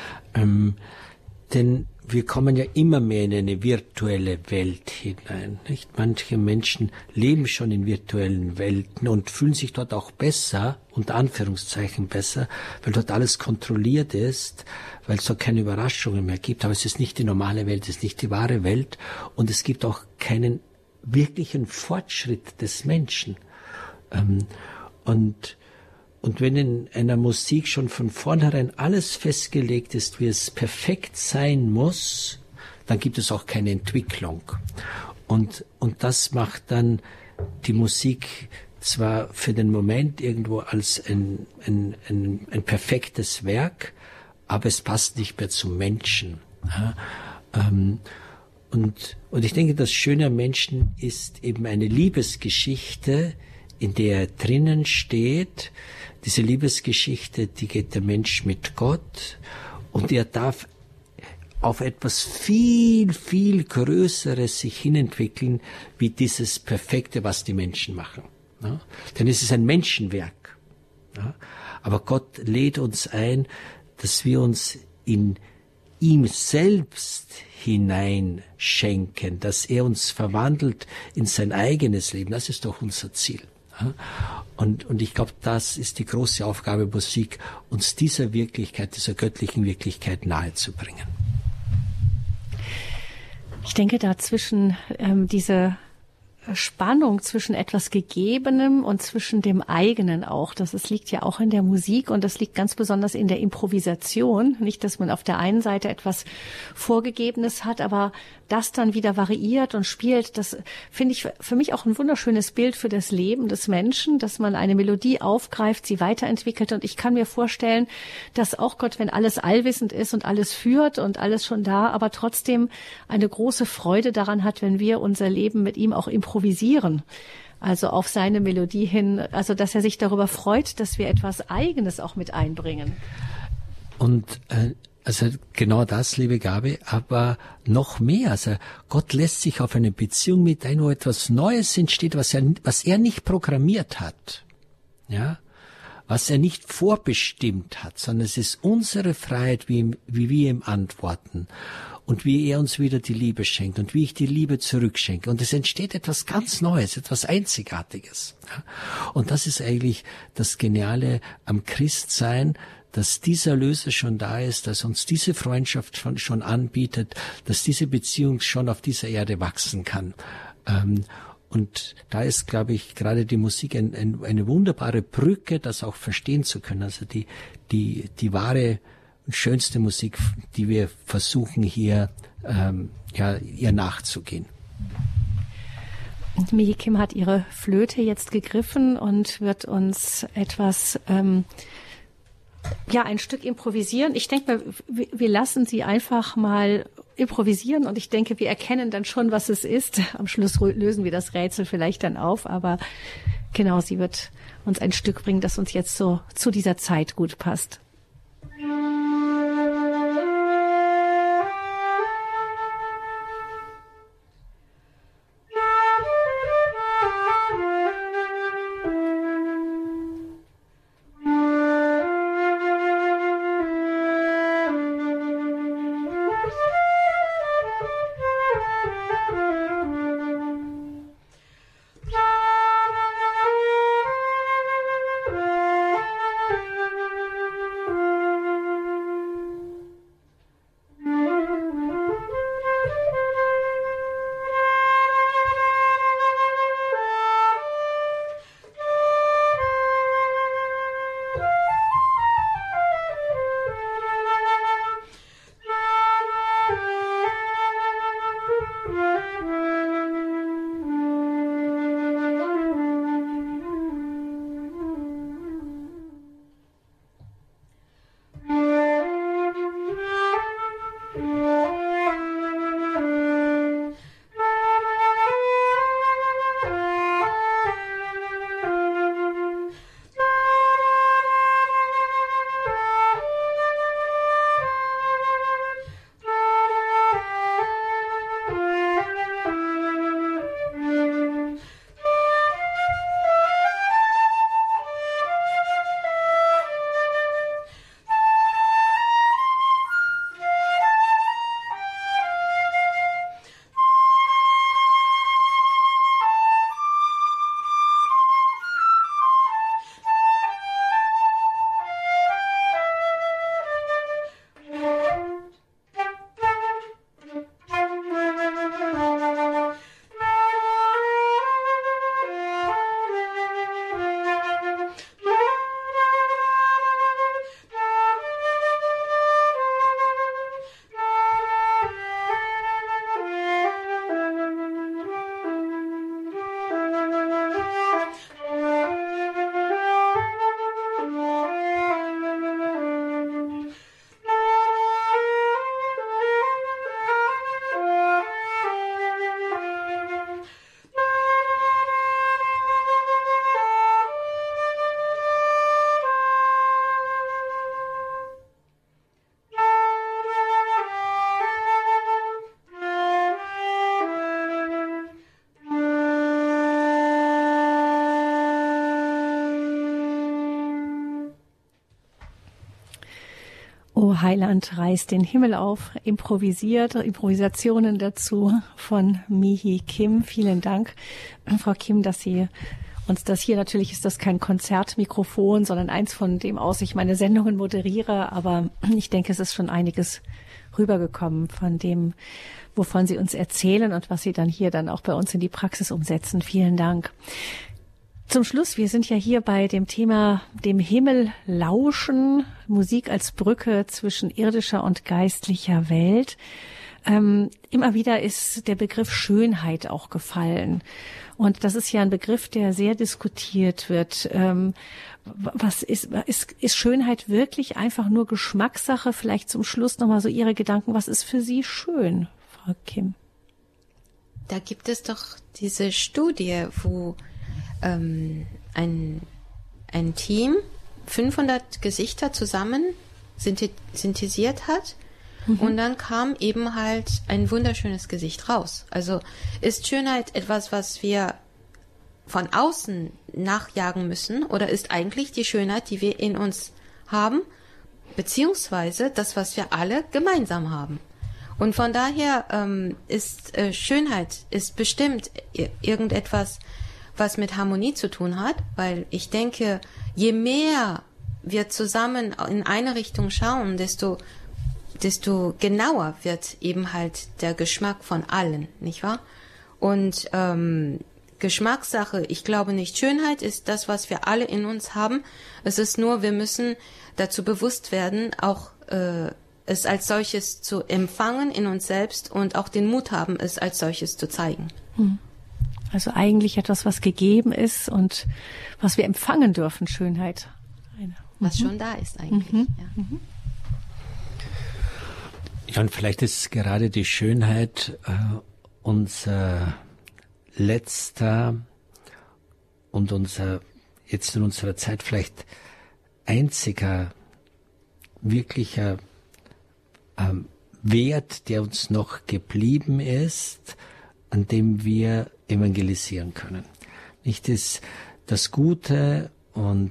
Denn wir kommen ja immer mehr in eine virtuelle Welt hinein. Nicht? Manche Menschen leben schon in virtuellen Welten und fühlen sich dort auch besser, unter Anführungszeichen besser, weil dort alles kontrolliert ist, weil es dort keine Überraschungen mehr gibt. Aber es ist nicht die normale Welt, es ist nicht die wahre Welt und es gibt auch keinen wirklichen Fortschritt des Menschen. Und wenn in einer Musik schon von vornherein alles festgelegt ist, wie es perfekt sein muss, dann gibt es auch keine Entwicklung. Und das macht dann die Musik zwar für den Moment irgendwo als ein perfektes Werk, aber es passt nicht mehr zum Menschen. Und ich denke, das Schöne am Menschen ist eben eine Liebesgeschichte, in der er drinnen steht. Diese Liebesgeschichte, die geht der Mensch mit Gott und er darf auf etwas viel, viel Größeres sich hinentwickeln, wie dieses Perfekte, was die Menschen machen. Ja? Denn es ist ein Menschenwerk. Ja? Aber Gott lädt uns ein, dass wir uns in ihm selbst hineinschenken, dass er uns verwandelt in sein eigenes Leben. Das ist doch unser Ziel. Und ich glaube, das ist die große Aufgabe Musik, uns dieser Wirklichkeit, dieser göttlichen Wirklichkeit nahezubringen. Ich denke dazwischen diese Spannung zwischen etwas Gegebenem und zwischen dem eigenen auch. Das liegt ja auch in der Musik und das liegt ganz besonders in der Improvisation. Nicht, dass man auf der einen Seite etwas Vorgegebenes hat, aber das dann wieder variiert und spielt. Das finde ich für mich auch ein wunderschönes Bild für das Leben des Menschen, dass man eine Melodie aufgreift, sie weiterentwickelt. Und ich kann mir vorstellen, dass auch Gott, wenn alles allwissend ist und alles führt und alles schon da, aber trotzdem eine große Freude daran hat, wenn wir unser Leben mit ihm auch improvisieren. Also auf seine Melodie hin, also dass er sich darüber freut, dass wir etwas Eigenes auch mit einbringen. Und also genau das, liebe Gabi, aber noch mehr. Also Gott lässt sich auf eine Beziehung mit ein, wo etwas Neues entsteht, was er nicht programmiert hat, ja, was er nicht vorbestimmt hat, sondern es ist unsere Freiheit, wie wir ihm antworten und wie er uns wieder die Liebe schenkt und wie ich die Liebe zurückschenke. Und es entsteht etwas ganz Neues, etwas Einzigartiges. Ja? Und das ist eigentlich das Geniale am Christsein, dass dieser Erlöser schon da ist, dass uns diese Freundschaft schon anbietet, dass diese Beziehung schon auf dieser Erde wachsen kann. Und da ist, glaube ich, gerade die Musik eine wunderbare Brücke, das auch verstehen zu können. Also die wahre und schönste Musik, die wir versuchen hier ihr nachzugehen. Mihi Kim hat ihre Flöte jetzt gegriffen und wird uns etwas ein Stück improvisieren. Ich denke, wir lassen sie einfach mal improvisieren und ich denke, wir erkennen dann schon, was es ist. Am Schluss lösen wir das Rätsel vielleicht dann auf, aber genau, sie wird uns ein Stück bringen, das uns jetzt so zu dieser Zeit gut passt. O Heiland reißt den Himmel auf, Improvisationen dazu von Mihi Kim. Vielen Dank, Frau Kim, dass Sie uns das hier, natürlich ist das kein Konzertmikrofon, sondern eins, von dem aus ich meine Sendungen moderiere, aber ich denke, es ist schon einiges rübergekommen von dem, wovon Sie uns erzählen und was Sie dann hier dann auch bei uns in die Praxis umsetzen. Vielen Dank. Zum Schluss, wir sind ja hier bei dem Thema dem Himmel lauschen, Musik als Brücke zwischen irdischer und geistlicher Welt. Immer wieder ist der Begriff Schönheit auch gefallen. Und das ist ja ein Begriff, der sehr diskutiert wird. Was ist Schönheit wirklich einfach nur Geschmackssache? Vielleicht zum Schluss nochmal so Ihre Gedanken. Was ist für Sie schön, Frau Kim? Da gibt es doch diese Studie, wo ein Team 500 Gesichter zusammen synthetisiert hat. Und dann kam eben halt ein wunderschönes Gesicht raus. Also ist Schönheit etwas, was wir von außen nachjagen müssen, oder ist eigentlich die Schönheit, die wir in uns haben, beziehungsweise das, was wir alle gemeinsam haben? Und von daher ist Schönheit ist bestimmt irgendetwas, was mit Harmonie zu tun hat, weil ich denke, je mehr wir zusammen in eine Richtung schauen, desto genauer wird eben halt der Geschmack von allen, nicht wahr? Und Geschmackssache, ich glaube nicht. Schönheit ist das, was wir alle in uns haben. Es ist nur, wir müssen dazu bewusst werden, auch es als solches zu empfangen in uns selbst und auch den Mut haben, es als solches zu zeigen. Also eigentlich etwas, was gegeben ist und was wir empfangen dürfen, Schönheit. Was schon da ist eigentlich. Ja. Ja, und vielleicht ist gerade die Schönheit unser letzter und unser jetzt in unserer Zeit vielleicht einziger wirklicher Wert, der uns noch geblieben ist, an dem wir evangelisieren können. Nicht das Gute und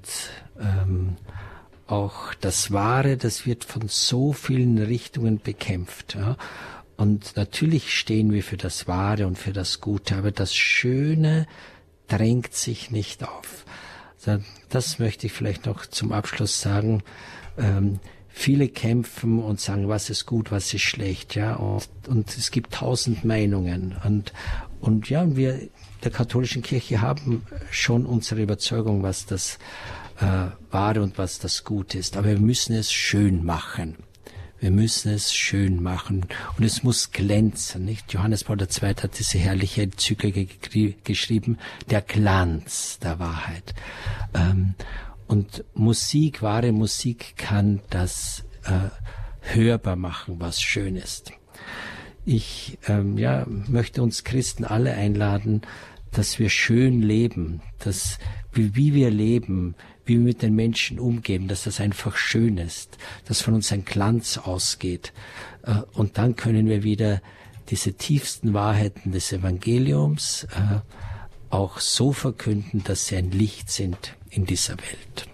auch das Wahre, das wird von so vielen Richtungen bekämpft. Ja? Und natürlich stehen wir für das Wahre und für das Gute, aber das Schöne drängt sich nicht auf. Also das möchte ich vielleicht noch zum Abschluss sagen. Viele kämpfen und sagen, was ist gut, was ist schlecht, ja, und es gibt 1000 Meinungen und ja, wir der katholischen Kirche haben schon unsere Überzeugung, was das Wahre und was das Gute ist, aber wir müssen es schön machen. Wir müssen es schön machen und es muss glänzen, nicht? Johannes Paul II. Hat diese herrliche Enzyklika geschrieben, der Glanz der Wahrheit. Und Musik, wahre Musik kann das hörbar machen, was schön ist. Ich möchte uns Christen alle einladen, dass wir schön leben, dass wie wir leben, wie wir mit den Menschen umgehen, dass das einfach schön ist, dass von uns ein Glanz ausgeht. Und dann können wir wieder diese tiefsten Wahrheiten des Evangeliums auch so verkünden, dass sie ein Licht sind in dieser Welt.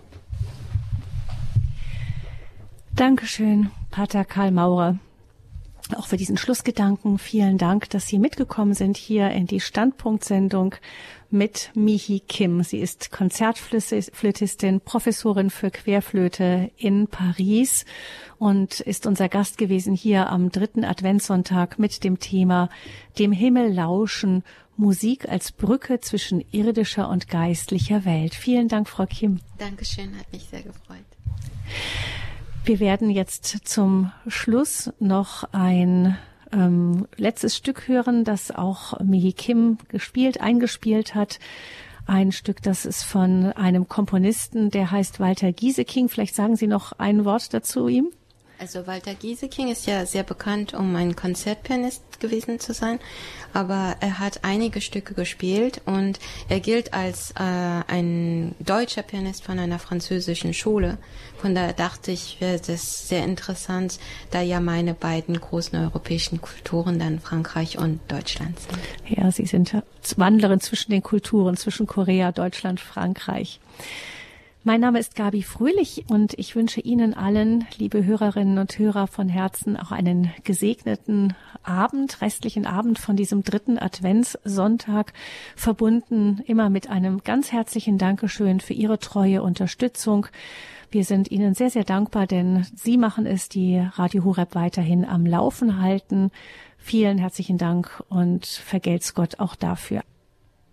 Dankeschön, Pater Karl Maurer. Auch für diesen Schlussgedanken vielen Dank, dass Sie mitgekommen sind hier in die Standpunktsendung mit Mihi Kim. Sie ist Konzertflötistin, Professorin für Querflöte in Paris und ist unser Gast gewesen hier am 3. Adventssonntag mit dem Thema Dem Himmel lauschen, Musik als Brücke zwischen irdischer und geistlicher Welt. Vielen Dank, Frau Kim. Dankeschön, hat mich sehr gefreut. Wir werden jetzt zum Schluss noch ein letztes Stück hören, das auch Mihi Kim eingespielt hat. Ein Stück, das ist von einem Komponisten, der heißt Walter Gieseking. Vielleicht sagen Sie noch ein Wort dazu ihm? Also Walter Gieseking ist ja sehr bekannt, um ein Konzertpianist gewesen zu sein, aber er hat einige Stücke gespielt und er gilt als ein deutscher Pianist von einer französischen Schule. Von daher dachte ich, wäre das sehr interessant, da ja meine beiden großen europäischen Kulturen dann Frankreich und Deutschland sind. Ja, Sie sind Wandlerin zwischen den Kulturen, zwischen Korea, Deutschland, Frankreich. Mein Name ist Gabi Fröhlich und ich wünsche Ihnen allen, liebe Hörerinnen und Hörer, von Herzen auch einen gesegneten Abend, restlichen Abend von diesem 3. Adventssonntag, verbunden immer mit einem ganz herzlichen Dankeschön für Ihre treue Unterstützung. Wir sind Ihnen sehr, sehr dankbar, denn Sie machen es, die Radio Horeb weiterhin am Laufen halten. Vielen herzlichen Dank und vergelt's Gott auch dafür.